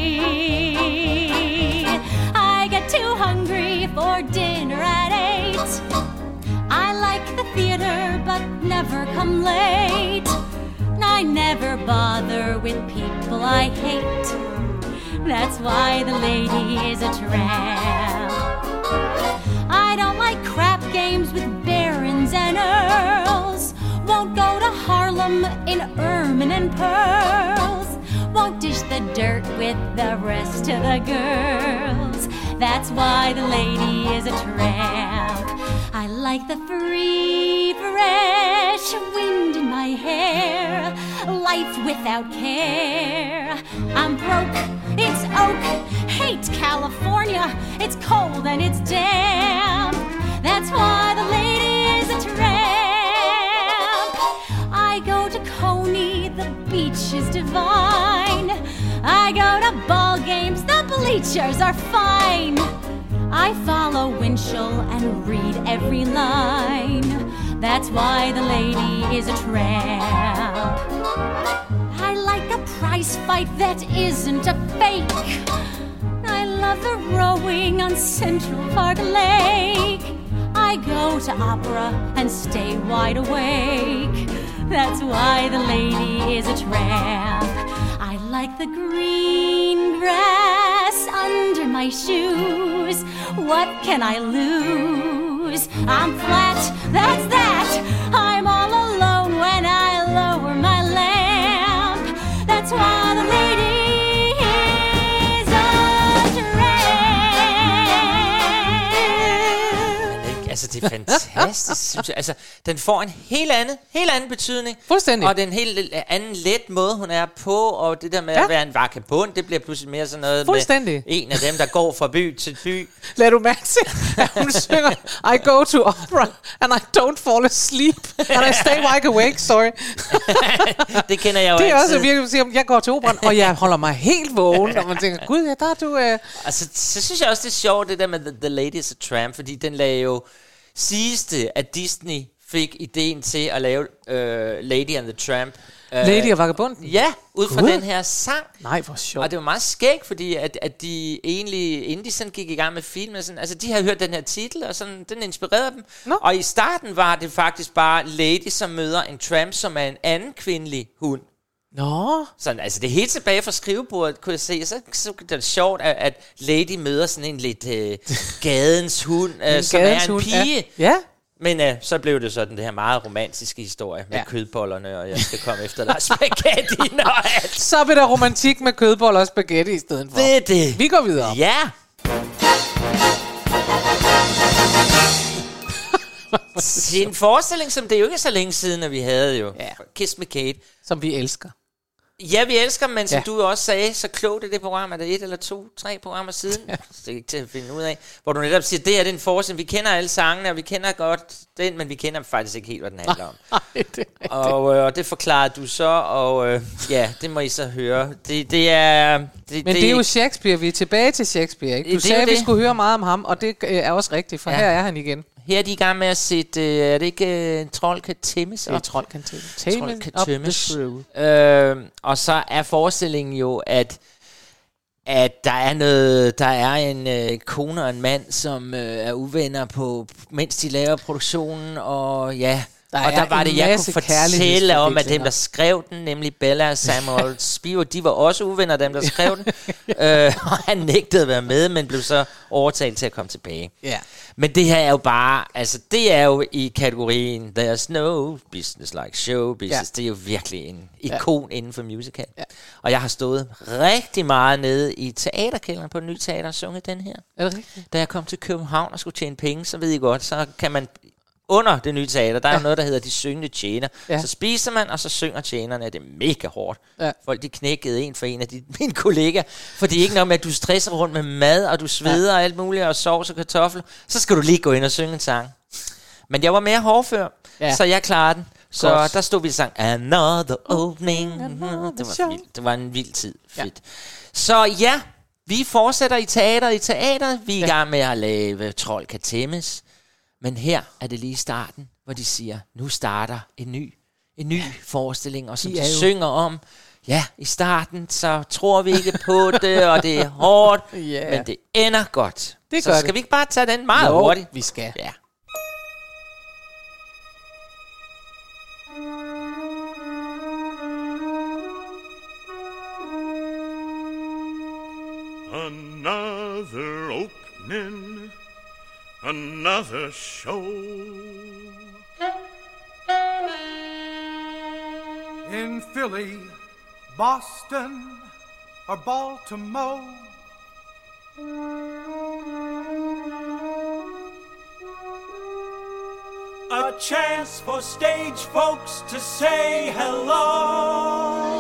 be. I get too hungry for dinner at eight. I like the theater but never come late. I never bother with people I hate. That's why the lady is a tramp. I don't like crap games with barons and earls. Won't go to Harlem in ermine and pearls. Won't dish the dirt with the rest of the girls. That's why the lady is a tramp. I like the free, fresh wind in my hair. Life without care. I'm broke, it's oak. Hate California, it's cold and it's damp. That's why the lady is a tramp. I go to Coney, the beach is divine. I go to ball games, the bleachers are fine. I follow Winchell and read every line. That's why the lady is a tramp. I like a prize fight that isn't a fake. I love the rowing on Central Park Lake. I go to opera and stay wide awake. That's why the lady is a tramp. I like the green grass under my shoes. What can I lose? I'm flat, that's that. I'm all alone when I lower my lamp. That's why the lady is a tramp. Altså, det er fantastisk, synes jeg. Altså, den får en helt anden, helt anden betydning. Fuldstændig. Og den helt anden let måde, hun er på, og det der med ja. at være en vagabond, det bliver pludselig mere sådan noget med en af dem, der går fra by til by. Lad du mærke til, at hun synger, I go to opera, and I don't fall asleep, and I stay wide awake, sorry. Det kender jeg jo det er altid. også virkelig at sige, jeg går til operan, og jeg holder mig helt vågen, og man tænker, gud, ja, der er du... Uh... Altså, så synes jeg også, det er sjovt, det der med The, the Lady is a Tramp, fordi den lagde jo siges det, at Disney fik ideen til at lave uh, Lady and the Tramp. Uh, Lady og Vagabunden? Ja, ud fra God. den her sang. Nej, hvor sjovt. Og det var meget skægt, fordi at, at de egentlig, inden de sådan gik i gang med filmen, sådan, altså de havde hørt den her titel, og sådan, den inspirerede dem. No. Og i starten var det faktisk bare Lady, som møder en tramp, som er en anden kvindelig hund. Nå. Sådan, altså det er helt tilbage fra skrivebordet, kunne jeg se. Så, så det er det sjovt, at, at Lady møder sådan en lidt øh, gadens hund, øh, som gadens er en hund, pige. Ja. Ja. Men øh, så blev det sådan det her meget romantiske historie med Ja. kødbollerne, og jeg skal komme efter dig spaghetti og alt. Så bliver der romantik med kødboller og spaghetti i stedet for. Det er det. Vi går videre. Ja. Til en forestilling, som det jo ikke er så længe siden, at vi havde jo. Ja. Kiss Me Kate. Som vi elsker. Ja, vi elsker, men som Ja. du også sagde, så klogt er det program, er det et eller to, tre programmer siden, ja. Det er ikke til at finde ud af, hvor du netop siger, det er den forestilling, vi kender alle sangene, og vi kender godt den, men vi kender faktisk ikke helt, hvad den handler om. Nej, det er og, øh, og det forklarede du så, og øh, ja, det må I så høre. Det, det er... Det, Men det, det er jo Shakespeare, vi er tilbage til Shakespeare, ikke? Du Det er sagde, jo at vi det. skulle høre meget om ham, og det øh, er også rigtigt, for Ja. her er han igen. Her er de i gang med at sætte, øh, er det ikke øh, trold kan tæmmes Det er op? trold kan tæmmes. Trold Taming kan of the tømmes. shrew. Øh, og så er forestillingen jo, at at der er noget, der er en øh, kone og en mand, som øh, er uvenner på, mens de laver produktionen, og ja, Der og der er var en det, jeg masse kunne fortælle om, at dem, kærlighedsforviklinger. der skrev den, nemlig Bella og Samuel Spivo, de var også uvenner, dem, der skrev den, øh, og han nægtede at være med, men blev så overtalt til at komme tilbage. Ja. Men det her er jo bare, altså det er jo i kategorien There's no business like show business. Ja. Det er jo virkelig en ikon ja. inden for musical. Ja. Og jeg har stået rigtig meget nede i teaterkælderen på det nye teater og sunget den her. Er det rigtigt? Da jeg kom til København og skulle tjene penge, så ved I godt, så kan man under det nye teater, der er ja. noget, der hedder de syngende tjener. Ja. Så spiser man, og så synger tjenerne, det er mega hårdt. Ja. Folk, de knækkede en for en af de, mine kollegaer, for det er ikke noget med, at du stresser rundt med mad, og du sveder ja. og alt muligt, og sovs og kartofler. Så skal du lige gå ind og synge en sang. Men jeg var mere hårdfør, ja. så jeg klarede den. Så Godt. Der stod vi og sang Another Opening. Another det var vildt. Det var en vild tid. Fedt. Ja. Så ja, vi fortsætter i teater i teater. Vi er ja. i gang med at lave Trold kan tæmmes. Men her er det lige starten, hvor de siger, nu starter en ny, en ny forestilling, og som de, de synger om. Ja, i starten, så tror vi ikke på det, og det er hårdt, yeah. men det ender godt. Det så skal det. Vi ikke bare tage den meget jo, hurtigt? Vi skal. Ja. Another opening, another show. In Philly, Boston, or Baltimore, a chance for stage folks to say hello.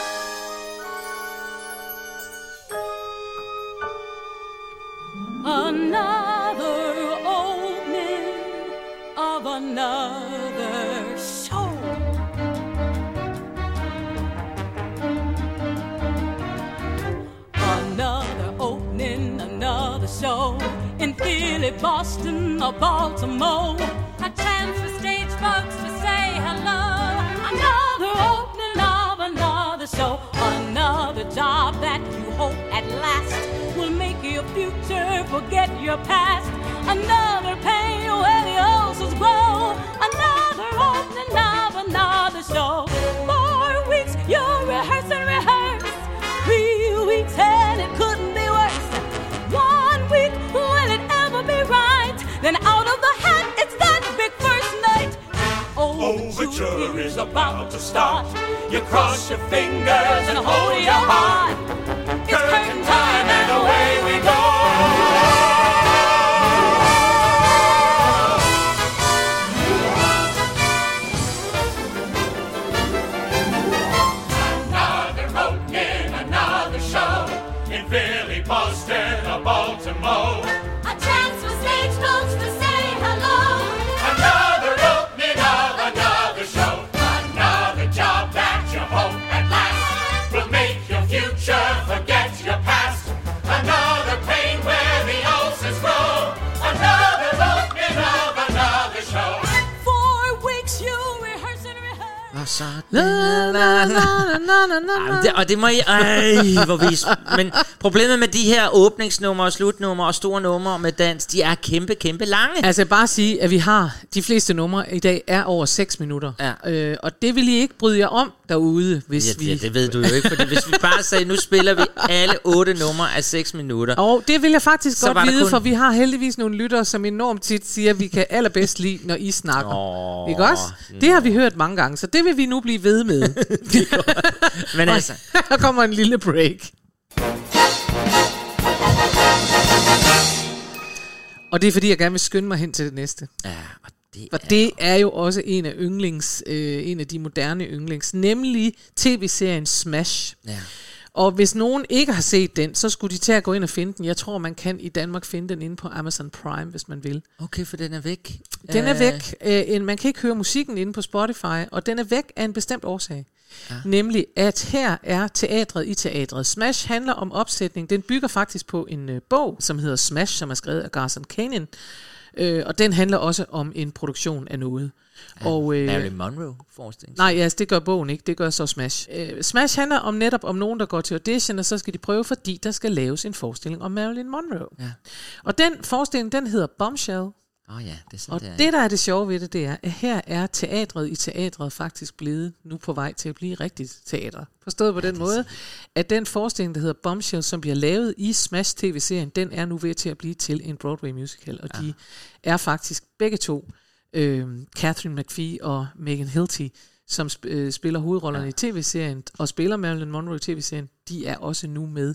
Another opening of another show. Another opening, another show in Philly, Boston, or Baltimore. A chance for stage folks to say hello. Another opening of another show. Another job that you hope at last will make your future forget your past. Another pain where the ulcers grow. Another opening of another show. Four weeks you rehearse and rehearse. Three weeks and it couldn't be worse. One week, will it ever be right? Then out of the hat, it's that big first night. Overture is about to start. You cross your fingers and hold your heart. It's curtain time and away we go. Another opening, another show in Philly, Boston, or Baltimore. A chance for stage folks to say hello. Another opening of another show. Another job that you hope at last will make your future forget your past. Another pain where the ulcers grow. Another opening of another show. Four weeks you rehearse and rehearse. Og så... Ej, det, og det må I... Ej, hvor vi... Men problemet med de her åbningsnumre og slutnumre og store numre med dans, de er kæmpe, kæmpe lange. Altså bare sige, at vi har... De fleste numre i dag er over seks minutter. Ja. Øh, og det vil I ikke bryde jer om derude, hvis ja, vi... Ja, det ved du jo ikke, fordi hvis vi bare sagde, nu spiller vi alle otte numre af seks minutter. Og det vil jeg faktisk så godt vide, kun... for vi har heldigvis nogle lyttere, som enormt tit siger, at vi kan allerbedst lide, når I snakker. Oh, ikke også? Det har vi hørt mange gange, så det vil vi nu blive ved med. Men altså... Her kommer en lille break. Og det er fordi, jeg gerne vil skynde mig hen til det næste. Ja, og det For er... det er jo også en af yndlings, øh, en af de moderne yndlings, nemlig tv-serien Smash. Ja. Og hvis nogen ikke har set den, så skulle de til at gå ind og finde den. Jeg tror, man kan i Danmark finde den inde på Amazon Prime, hvis man vil. Okay, for den er væk. Den er væk. Øh, man kan ikke høre musikken inde på Spotify, og den er væk af en bestemt årsag. Ja. Nemlig, at her er teatret i teatret. Smash handler om opsætning. Den bygger faktisk på en øh, bog, som hedder Smash, som er skrevet af Garson Kanin. Øh, og den handler også om en produktion af noget. Ja, og, øh, Marilyn Monroe forestilling. Nej, altså, det gør bogen ikke. Det gør så Smash. Øh, Smash handler om netop om nogen, der går til audition, og så skal de prøve, fordi der skal laves en forestilling om Marilyn Monroe. Ja. Og den forestilling, den hedder Bombshell. Åh oh ja, det er sådan, og det er. det, der er det sjove ved det, det er, at her er teatret i teatret faktisk blevet nu på vej til at blive rigtigt teater. Forstået på ja, den måde, at den forestilling, der hedder Bombshell, som bliver lavet i Smash tv-serien, den er nu ved til at blive til en Broadway musical. Og ja. de er faktisk begge to, øh, Catherine McPhee og Megan Hilty, som sp- øh, spiller hovedrollerne ja. i tv-serien, og spiller Marilyn Monroe i tv-serien, de er også nu med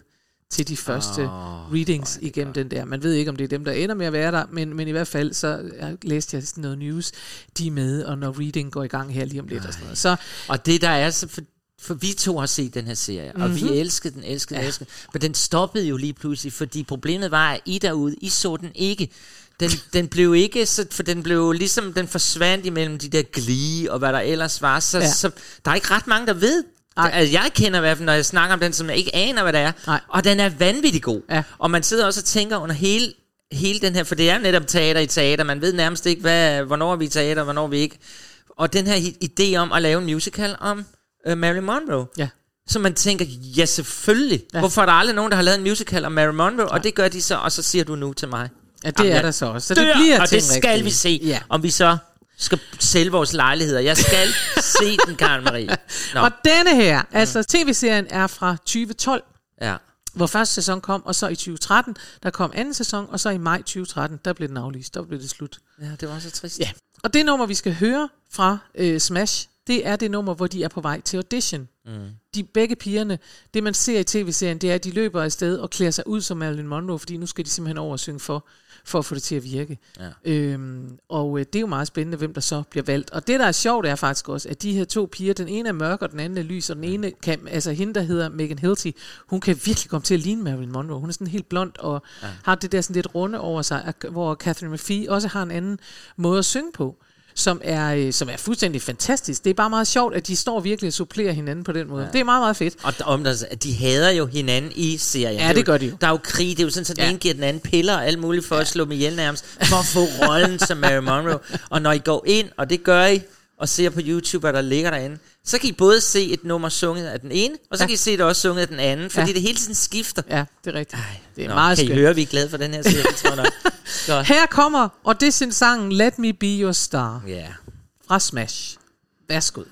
til de første oh, readings igennem den der. Man ved ikke, om det er dem, der ender med at være der, men, men i hvert fald, så jeg læste jeg noget news, de er med, og når reading går i gang her lige om lidt og sådan noget. Så, og det der er så, for, for vi to har set den her serie, mm-hmm. og vi elskede den, elskede den, ja. elskede den, men den stoppede jo lige pludselig, fordi problemet var, at I derude, I så den ikke. Den, den blev ikke, så, for den blev ligesom, den forsvandt imellem de der Glee, og hvad der ellers var, så, ja. så der er ikke ret mange, der ved. Altså, jeg kender i hvert fald, når jeg snakker om den, som jeg ikke aner, hvad det er. Nej. Og den er vanvittig god. Ja. Og man sidder også og tænker under hele, hele den her, for det er netop teater i teater. Man ved nærmest ikke, hvad, hvornår vi er teater, hvornår vi ikke. Og den her idé om at lave en musical om uh, Marilyn Monroe. Ja. Så man tænker, ja selvfølgelig. Ja. Hvorfor er der aldrig nogen, der har lavet en musical om Marilyn Monroe? Ja. Og det gør de så, og så siger du nu til mig. Ja, det Jamen, er der så også. Så det bliver og det skal rigtigt. Vi se, ja. Om vi så skal sælge vores lejligheder. Jeg skal se den, Karen Marie. Nå. Og denne her, altså tv-serien er fra tyve tolv, ja. Hvor første sæson kom, og så i tyve tretten, der kom anden sæson, og så i maj tyve tretten, der blev den aflyst, der blev det slut. Ja, det var så trist. Ja. Og det nummer, vi skal høre fra øh, Smash, det er det nummer, hvor de er på vej til audition. Mm. De begge pigerne, det man ser i tv-serien, det er, at de løber afsted og klæder sig ud som Marilyn Monroe, fordi nu skal de simpelthen over og synge for, for at få det til at virke. Ja. Øhm, og øh, det er jo meget spændende, hvem der så bliver valgt. Og det, der er sjovt, er faktisk også, at de her to piger, den ene er mørk, og den anden er lys, og den ene kan, altså hende, der hedder Megan Hilty, hun kan virkelig komme til at ligne Marilyn Monroe. Hun er sådan helt blond, og ja. Har det der sådan lidt runde over sig, hvor Catherine McPhee også har en anden måde at synge på. Som er, som er fuldstændig fantastisk. Det er bare meget sjovt, at de står virkelig og supplerer hinanden på den måde. Ja. Det er meget, meget fedt. Og om der, de hader jo hinanden i serien. Ja, det, det gør de jo. Der er jo krig, det er jo sådan, at den ja. ene giver den anden piller og alt muligt for ja. At slå dem ihjel nærmest, for at få rollen som Marilyn Monroe. Og når I går ind, og det gør I, og ser på YouTube, hvad der ligger derinde, så kan I både se et nummer sunget af den ene, og så ja. Kan I se det også sunget af den anden, fordi ja. Det hele tiden skifter. Ja, det er rigtigt. Ej, det er Nå, meget skønt. Kan I høre, vi er glade for den her serie, tror jeg. Her kommer audition-sangen Let Me Be Your Star. Ja. Yeah. Fra Smash. Værsgo.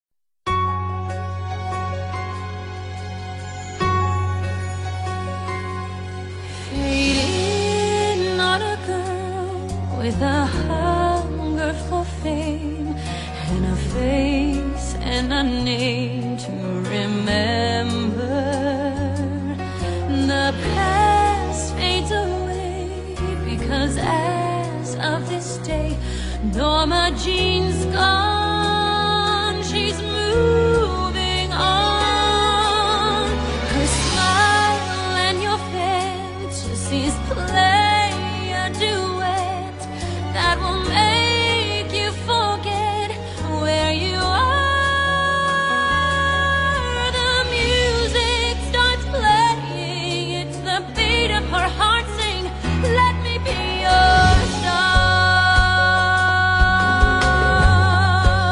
Fading, not a girl with a hunger for fame and a face and a name to remember. The past fades away because as of this day Norma Jean's gone, she's moving on. Her smile and your fantasies play a duet that will make you forget where you are. The music starts playing, it's the beat of her heart saying, let me be your star.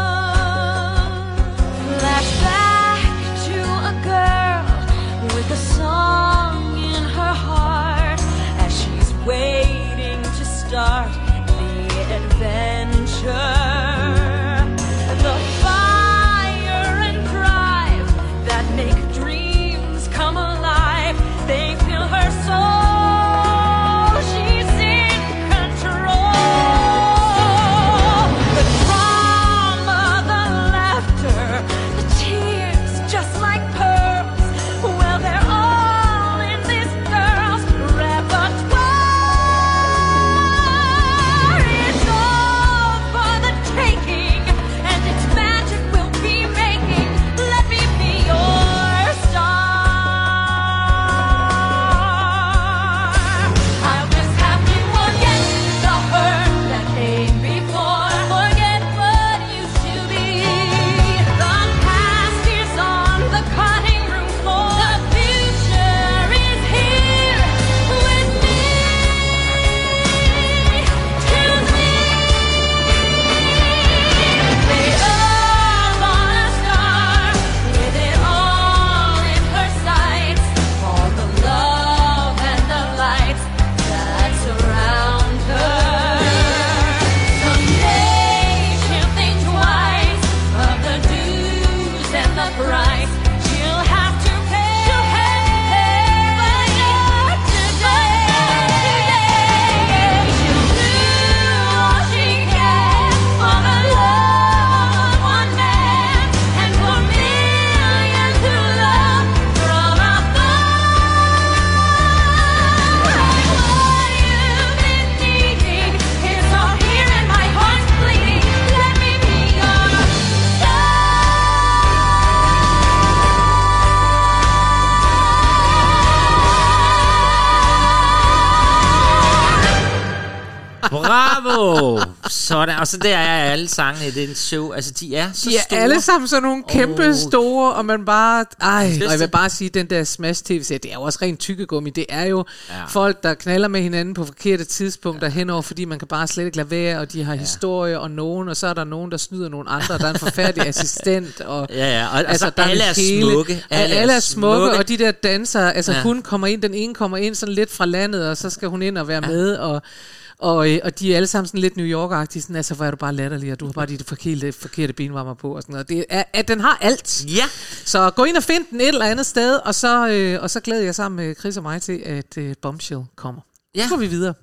Bravo! Sådan. Og så der er alle sangene i den show. Altså, de er så De er store. alle sammen sådan nogle kæmpe Oh. store, og man bare... Ej, Synes og jeg vil det? bare sige, den der Smash-tv-serie, det er jo også rent tykkegummi. Det er jo Ja. folk, der knaller med hinanden på forkerte tidspunkter henover, fordi man kan bare slet ikke lade være, og de har historie og nogen, og så er der nogen, der snyder nogen andre, der er en forfærdelig assistent. Og, Ja, ja. Og, altså, altså, der alle er hele- smukke. Alle, alle er smukke, smukke. og de der dansere, altså Ja. hun kommer ind, den ene kommer ind sådan lidt fra landet, og så skal hun ind og være med, og Og, øh, og de er alle sammen sådan lidt New York-agtige, sådan, altså hvor er du bare latterlig, og du har bare de forkerte, forkerte benvarmer på, og sådan noget. Det er, at den har alt. Ja. Så gå ind og find den et eller andet sted, og så, øh, og så glæder jeg sammen med Chris og mig til, at øh, Bombshell kommer. Ja. Så går vi videre.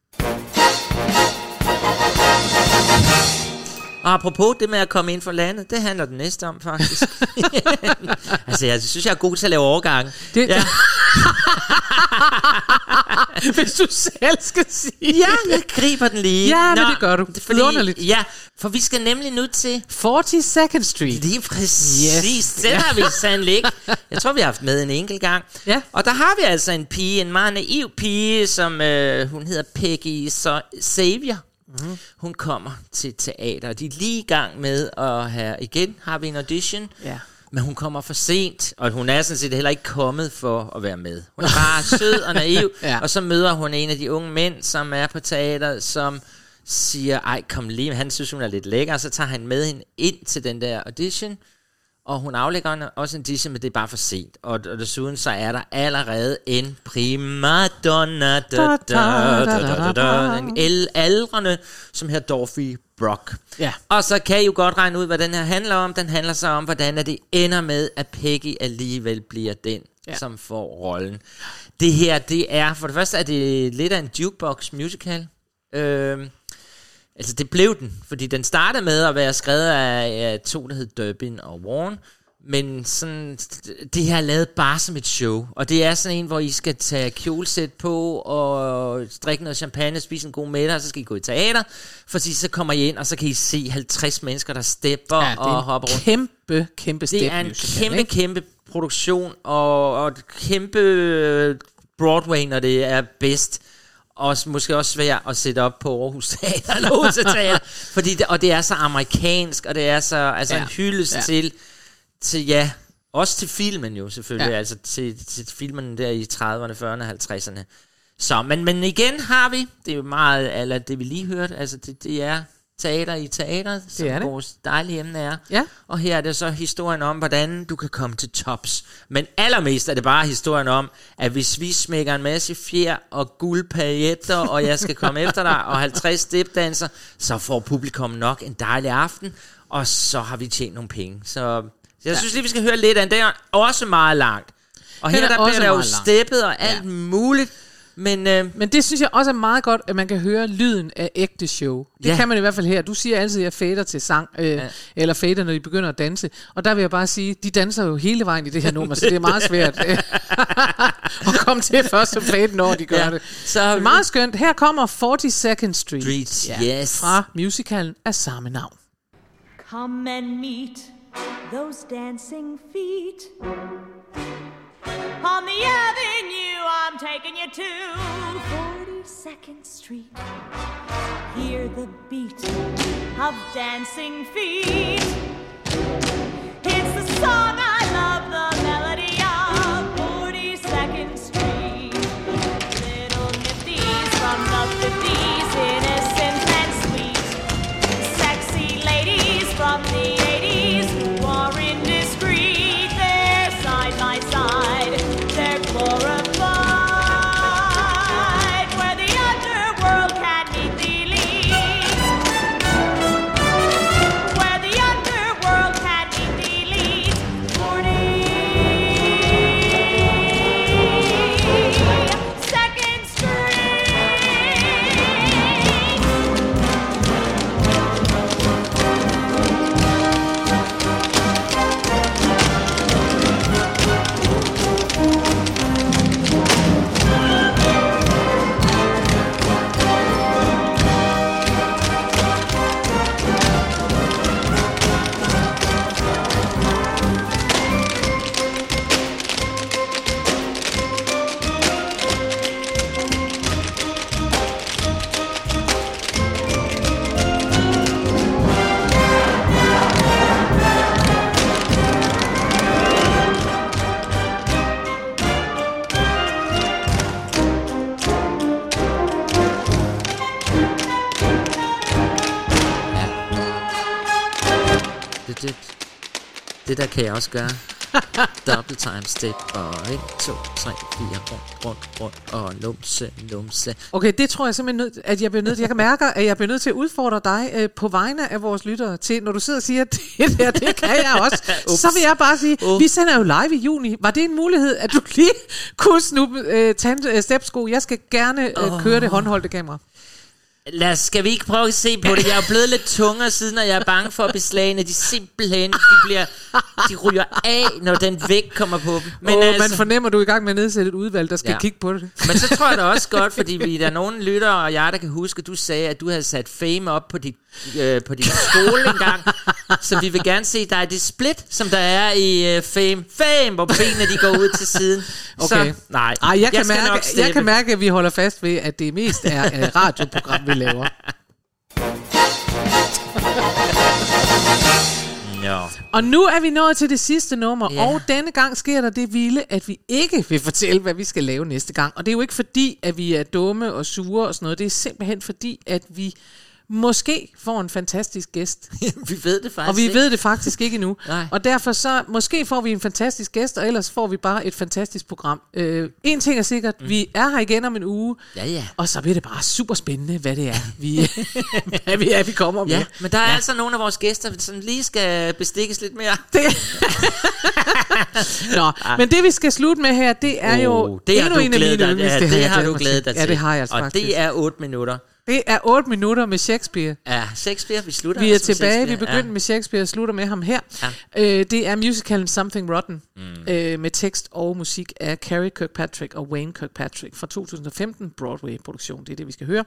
Og apropos det med at komme ind for landet, det handler den næste om, faktisk. Altså, jeg synes, jeg er god til at lave overgang. Det, ja. Hvis du selv skal sige Ja, jeg griber den lige. Ja, men Nå, det gør du. Fordi, Vidunderligt. ja, for vi skal nemlig nu til forty-second Street. Lige præcis. Yes. Den har vi sandelig ikke. Jeg tror, vi har haft med en enkelt gang. Ja. Og der har vi altså en pige, en meget naiv pige, som øh, hun hedder Peggy så Xavier. Mm-hmm. Hun kommer til teater, og de er lige i gang med at have, igen har vi en audition. Ja. Men hun kommer for sent, og hun er sådan set heller ikke kommet for at være med. Hun er bare sød og naiv, Ja. og så møder hun en af de unge mænd, som er på teater, som siger, ej, kom lige, han synes, hun er lidt lækker, og så tager han med hende ind til den der audition, og hun aflægger hende også en audition, men det er bare for sent. Og, og desuden så er der allerede en primadonna, da, da, da, da, da, da, en el- aldrende, som hedder Dorothy Brock. Ja. Og så kan I jo godt regne ud, hvad den her handler om. Den handler så om, hvordan det ender med, at Peggy alligevel bliver den, Ja. ja. som får rollen. Det her, det er, for det første er det lidt af en jukebox musical. Øhm, altså det blev den, fordi den startede med at være skrevet af, af to, der hed Durbin og Warren. Men sådan, det her er lavet bare som et show. Og det er sådan en, hvor I skal tage kjolesæt på og drikke noget champagne, spise en god middag, og så skal I gå i teater. Fordi så kommer I ind, og så kan I se halvtreds mennesker, der stepper Ja, det er og en hopper rundt. kæmpe, kæmpe step Det er en musical, kæmpe, ikke? kæmpe produktion, og, og et kæmpe Broadway, når det er bedst. Og måske også svært at sætte op på Aarhus Teater eller Odense Teater. Fordi det, og det er så amerikansk, og det er så altså Ja. en hyldest Ja. til, til, ja, også til filmen jo selvfølgelig, Ja. altså til, til filmen der i trediverne, fyrrerne, halvtredserne. Så, men, men igen har vi, det er jo meget, eller det vi lige hørte, altså det, det er teater i teater, som er det. vores dejlige emne er. Ja. Og her er det så historien om, hvordan du kan komme til tops. Men allermest er det bare historien om, at hvis vi smækker en masse fjer og guldpailletter, og jeg skal komme efter dig, og halvtreds stepdanser, så får publikum nok en dejlig aften, og så har vi tjent nogle penge. Så jeg Ja. synes lige, vi skal høre lidt af den. Den er også meget langt. Og Den her er der også bliver der jo meget lang. steppet og alt Ja. muligt. Men, øh, Men det synes jeg også er meget godt, at man kan høre lyden af ægte show. Det Ja. kan man i hvert fald her. Du siger altid, at jeg fader til sang, øh, Ja. eller fader, når de begynder at danse. Og der vil jeg bare sige, de danser jo hele vejen i det her nummer, så det er meget svært øh, at komme til først som fade, når de gør Ja. det. Så Det er meget skønt. Her kommer forty-second Street, Street, yes. fra musicalen af samme navn. Come and meet those dancing feet. On the avenue I'm taking you to forty-second Street. Hear the beat of dancing feet. It's the song I love, the melody of forty-second Street. Little nifties from the fifties, innocent and sweet. Sexy ladies from the eighties who are indiscreet. They're side by side, they're glorified. Where the underworld can meet the elite. Where the underworld can meet the elite. Det der kan jeg også gøre. Double time step. Og en, to, tre, fire. Rundt, rundt, rundt. Og numse, numse. Okay, det tror jeg simpelthen, nød, at jeg bliver nødt til. Jeg kan mærke, at jeg bliver nødt til at udfordre dig øh, på vegne af vores lyttere til, når du sidder og siger, at det der, det kan jeg også. Så vil jeg bare sige, Ups. vi sender jo live i juni. Var det en mulighed, at du lige kunne snuppe øh, tage en stepsko? Jeg skal gerne øh, oh. køre det håndholdte kamera. Lad os, skal vi ikke prøve at se på det? Jeg er blevet lidt tungere siden, og jeg er bange for, at beslagene, de simpelthen, de, bliver, de ryger af, når den vægt kommer på dem. Men oh, altså, man fornemmer, du er i gang med at nedsætte et udvalg, der skal ja. kigge på det. Men så tror jeg da også godt, fordi vi der er nogle lyttere, og jeg der kan huske, at du sagde, at du havde sat Fame op på dit, øh, på din skole engang. Så vi vil gerne se dig det split, som der er i uh, Fame. Fame, hvor benene de går ud til siden. Okay. Så, nej. Ej, jeg, jeg, kan mærke, jeg kan mærke, at vi holder fast ved, at det mest er et radioprogram, vi laver. Ja. Og nu er vi nået til det sidste nummer, ja. og denne gang sker der det vilde, at vi ikke vil fortælle, hvad vi skal lave næste gang. Og det er jo ikke fordi, at vi er dumme og sure og sådan noget. Det er simpelthen fordi, at vi måske får en fantastisk gæst. Vi ved det faktisk Og vi ikke. ved det faktisk ikke endnu. Nej. Og derfor så, måske får vi en fantastisk gæst, og ellers får vi bare et fantastisk program. Øh, en ting er sikkert, mm. vi er her igen om en uge, ja, ja. og så bliver det bare super spændende, hvad det er, vi, hvad vi, er, vi kommer med. Ja, men der er ja. altså nogle af vores gæster, som lige skal bestikkes lidt mere. Det. Nå, men det vi skal slutte med her, det er oh, jo det endnu en af mine yndlings. Ja, det, det har du glædet dig til. Ja, det har jeg altså og faktisk. det er otte minutter. Det er otte minutter med Shakespeare. Ja, Shakespeare, vi slutter. Vi er tilbage, vi begyndte ja. med Shakespeare og slutter med ham her. Ja. Øh, det er musicalen Something Rotten, mm. øh, med tekst og musik af Carrie Kirkpatrick og Wayne Kirkpatrick fra to tusind og femten, Broadway-produktion, det er det, vi skal høre.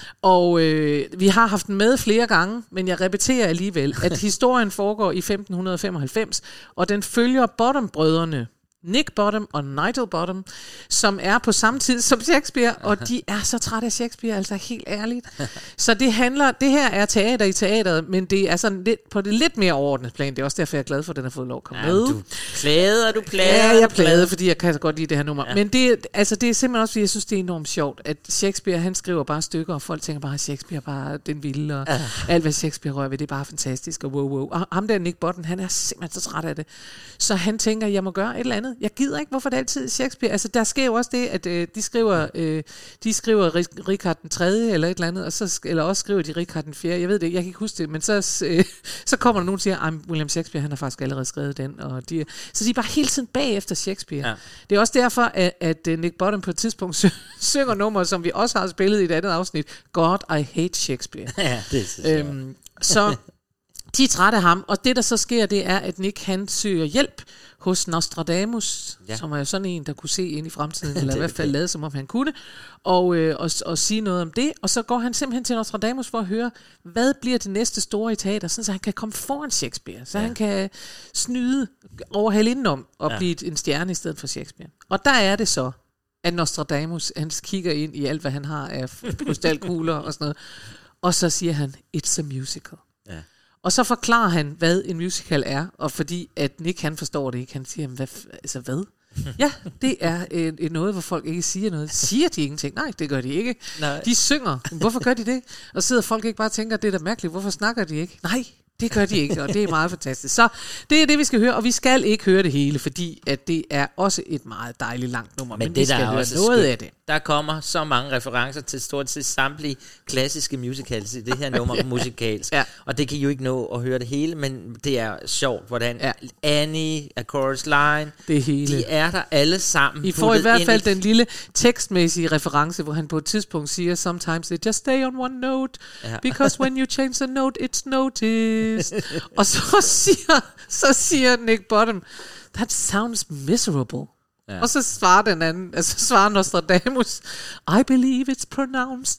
Og øh, vi har haft den med flere gange, men jeg repeterer alligevel, at historien foregår i femten femoghalvfems, og den følger Bottom-brødrene, Nick Bottom og Nigel Bottom, som er på samme tid som Shakespeare, og de er så trætte af Shakespeare, altså helt ærligt. Så det handler, det her er teater i teateret, men det er sådan lidt på det lidt mere overordnet plan. Det er også derfor, jeg er glad for, at den har fået lov at komme ja, med. Du plader, du plader. Ja, jeg plader, fordi jeg kan så godt lide det her nummer. Ja. Men det, altså, det er simpelthen også, fordi jeg synes, det er enormt sjovt, at Shakespeare, han skriver bare stykker, og folk tænker bare, at Shakespeare bare den vilde, og ja. alt, hvad Shakespeare rører ved, det er bare fantastisk, og wow, wow. Og ham der, Nick Bottom, han er simpelthen så træt af det. Så han tænker, jeg må gøre et eller andet. Jeg gider ikke, hvorfor det er altid Shakespeare. Altså, der sker jo også det, at øh, de skriver, øh, de skriver Richard den tredje eller et eller andet, og så, eller også skriver de Richard den fjerde. Jeg ved det ikke, jeg kan ikke huske det, men så, øh, så kommer der nogen og siger, at William Shakespeare, han har faktisk allerede skrevet den. Og de, så de er bare hele tiden bagefter Shakespeare. Ja. Det er også derfor, at, at Nick Bottom på et tidspunkt sy- synger nummer, som vi også har spillet i et andet afsnit, God, I Hate Shakespeare. Ja, det er så øhm, Så de er trætte af ham, og det der så sker, det er, at Nick han søger hjælp hos Nostradamus, ja. som er sådan en, der kunne se ind i fremtiden, eller i hvert fald lade, som om han kunne, og, øh, og, og sige noget om det. Og så går han simpelthen til Nostradamus for at høre, hvad bliver det næste store i teater, sådan så han kan komme foran Shakespeare, så ja. han kan snyde overhale indenom og ja. blive en stjerne i stedet for Shakespeare. Og der er det så, at Nostradamus, han kigger ind i alt, hvad han har af krystalkugler og sådan noget, og så siger han, it's a musical. Ja. Og så forklarer han, hvad en musical er, og fordi at Nick, han forstår det ikke, han siger, hvad, altså hvad? Ja, det er øh, noget, hvor folk ikke siger noget. Siger de ingenting? Nej, det gør de ikke. Nej. De synger. Hvorfor gør de det? Og sidder folk ikke bare og tænker, det er da mærkeligt, hvorfor snakker de ikke? Nej, det gør de ikke, og det er meget fantastisk. Så det er det, vi skal høre, og vi skal ikke høre det hele, fordi at det er også et meget dejligt langt nummer, men, men det vi skal høre noget af det. Der kommer så mange referencer til stort set samtlige klassiske musicals i det her nummer ja. musikalsk, ja. og det kan jo ikke nå at høre det hele, men det er sjovt, hvordan ja. Annie, A Chorus Line, det hele. De er der alle sammen. I får i hvert fald den lille tekstmæssige reference, hvor han på et tidspunkt siger, sometimes they just stay on one note, ja. because when you change the note, it's noticed. Og så siger, så siger Nick Bottom, that sounds miserable. Ja. Og så svarer den anden, altså svarer Nostradamus, I believe it's pronounced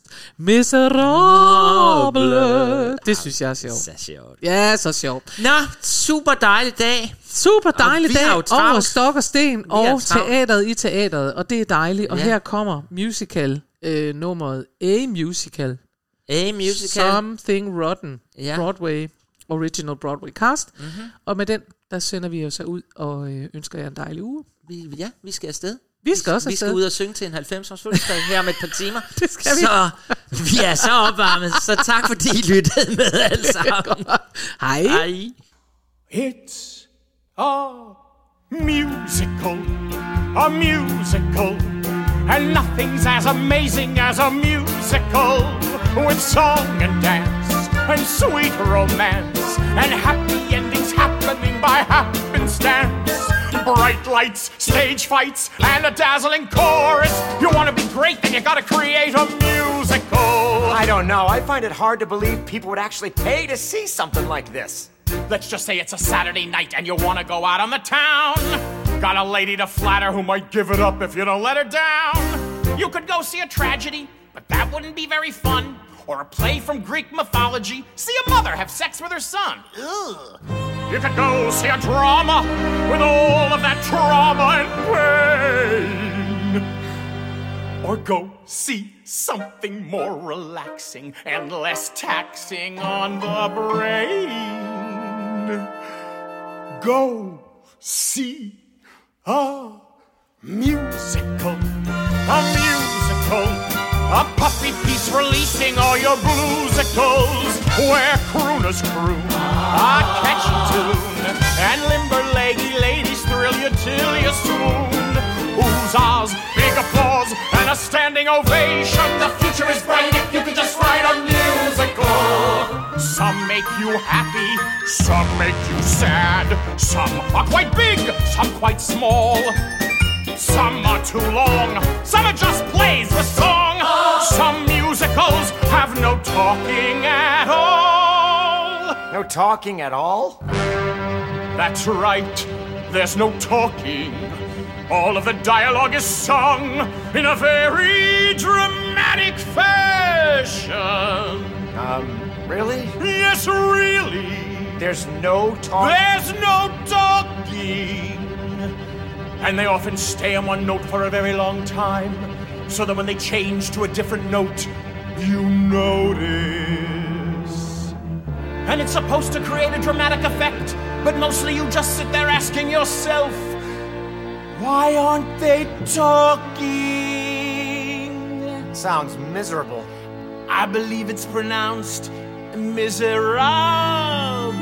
miserable. Det synes jeg er sjovt. Så sjovt. Ja, så sjovt. Nå, super dejlig dag. Super dejlig dag over stok og sten og teateret i teateret, og det er dejligt. Og ja. her kommer musical øh, nummeret A Musical. A Musical. Something Rotten. Ja. Broadway. Original Broadway cast. Mm-hmm. Og med den, der sender vi os ud og øh, ønsker jer en dejlig uge. Vi, ja, vi skal afsted. Vi skal også Vi afsted. skal ud og synge til en halvfems-års fødselsdag her om et par timer. Det skal vi. Så vi er så opvarmet. Så tak fordi I lyttede med alle sammen. Hej. Hej. It's a musical, a musical. And nothing's as amazing as a musical, with song and dance and sweet romance and happy endings happening by happenstance. Bright lights, stage fights, and a dazzling chorus. You want to be great, then you gotta create a musical. I don't know. I find it hard to believe people would actually pay to see something like this. Let's just say it's a Saturday night and you want to go out on the town. Got a lady to flatter who might give it up if you don't let her down. You could go see a tragedy, but that wouldn't be very fun. Or a play from Greek mythology. See a mother have sex with her son. Ugh. You could go see a drama with all of that trauma and pain. Or go see something more relaxing and less taxing on the brain. Go see a musical, a musical, a puppy piece releasing all your bluesicles, where crooners croon a catchy tune, and limber-leggy ladies thrill you till you swoon. Oohs-ahs, big applause, and a standing ovation. The future is bright if you could just write a musical. Some make you happy, some make you sad. Some are quite big, some quite small. Some are too long, some are just plays with song. Some musicals have no talking at all. No talking at all? That's right, there's no talking. All of the dialogue is sung in a very dramatic fashion. Um, really? Yes, really. There's no talking? There's no talking. And they often stay on one note for a very long time, so that when they change to a different note, you notice. And it's supposed to create a dramatic effect, but mostly you just sit there asking yourself, why aren't they talking? Sounds miserable. I believe it's pronounced miserable.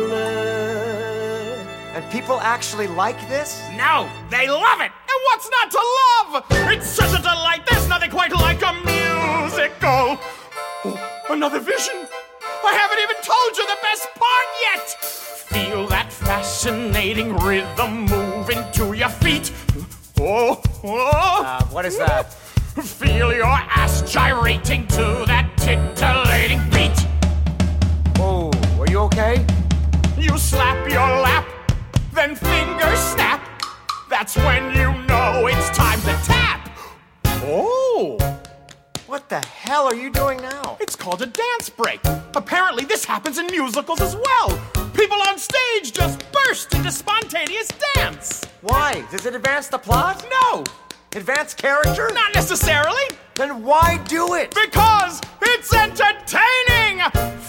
And people actually like this? No, they love it! And what's not to love? It's such a delight, there's nothing quite like a musical. Oh, another vision? I haven't even told you the best part yet! Feel that fascinating rhythm moving to your feet. Oh, oh. Uh, what is that? Feel your ass gyrating to that titillating beat. Oh, are you okay? You slap your lap, then fingers snap. That's when you know it's time to tap. Oh! What the hell are you doing now? It's called a dance break. Apparently this happens in musicals as well. People on stage just burst into spontaneous dance. Why? Does it advance the plot? No! Advance character? Not necessarily. Then why do it? Because it's entertaining!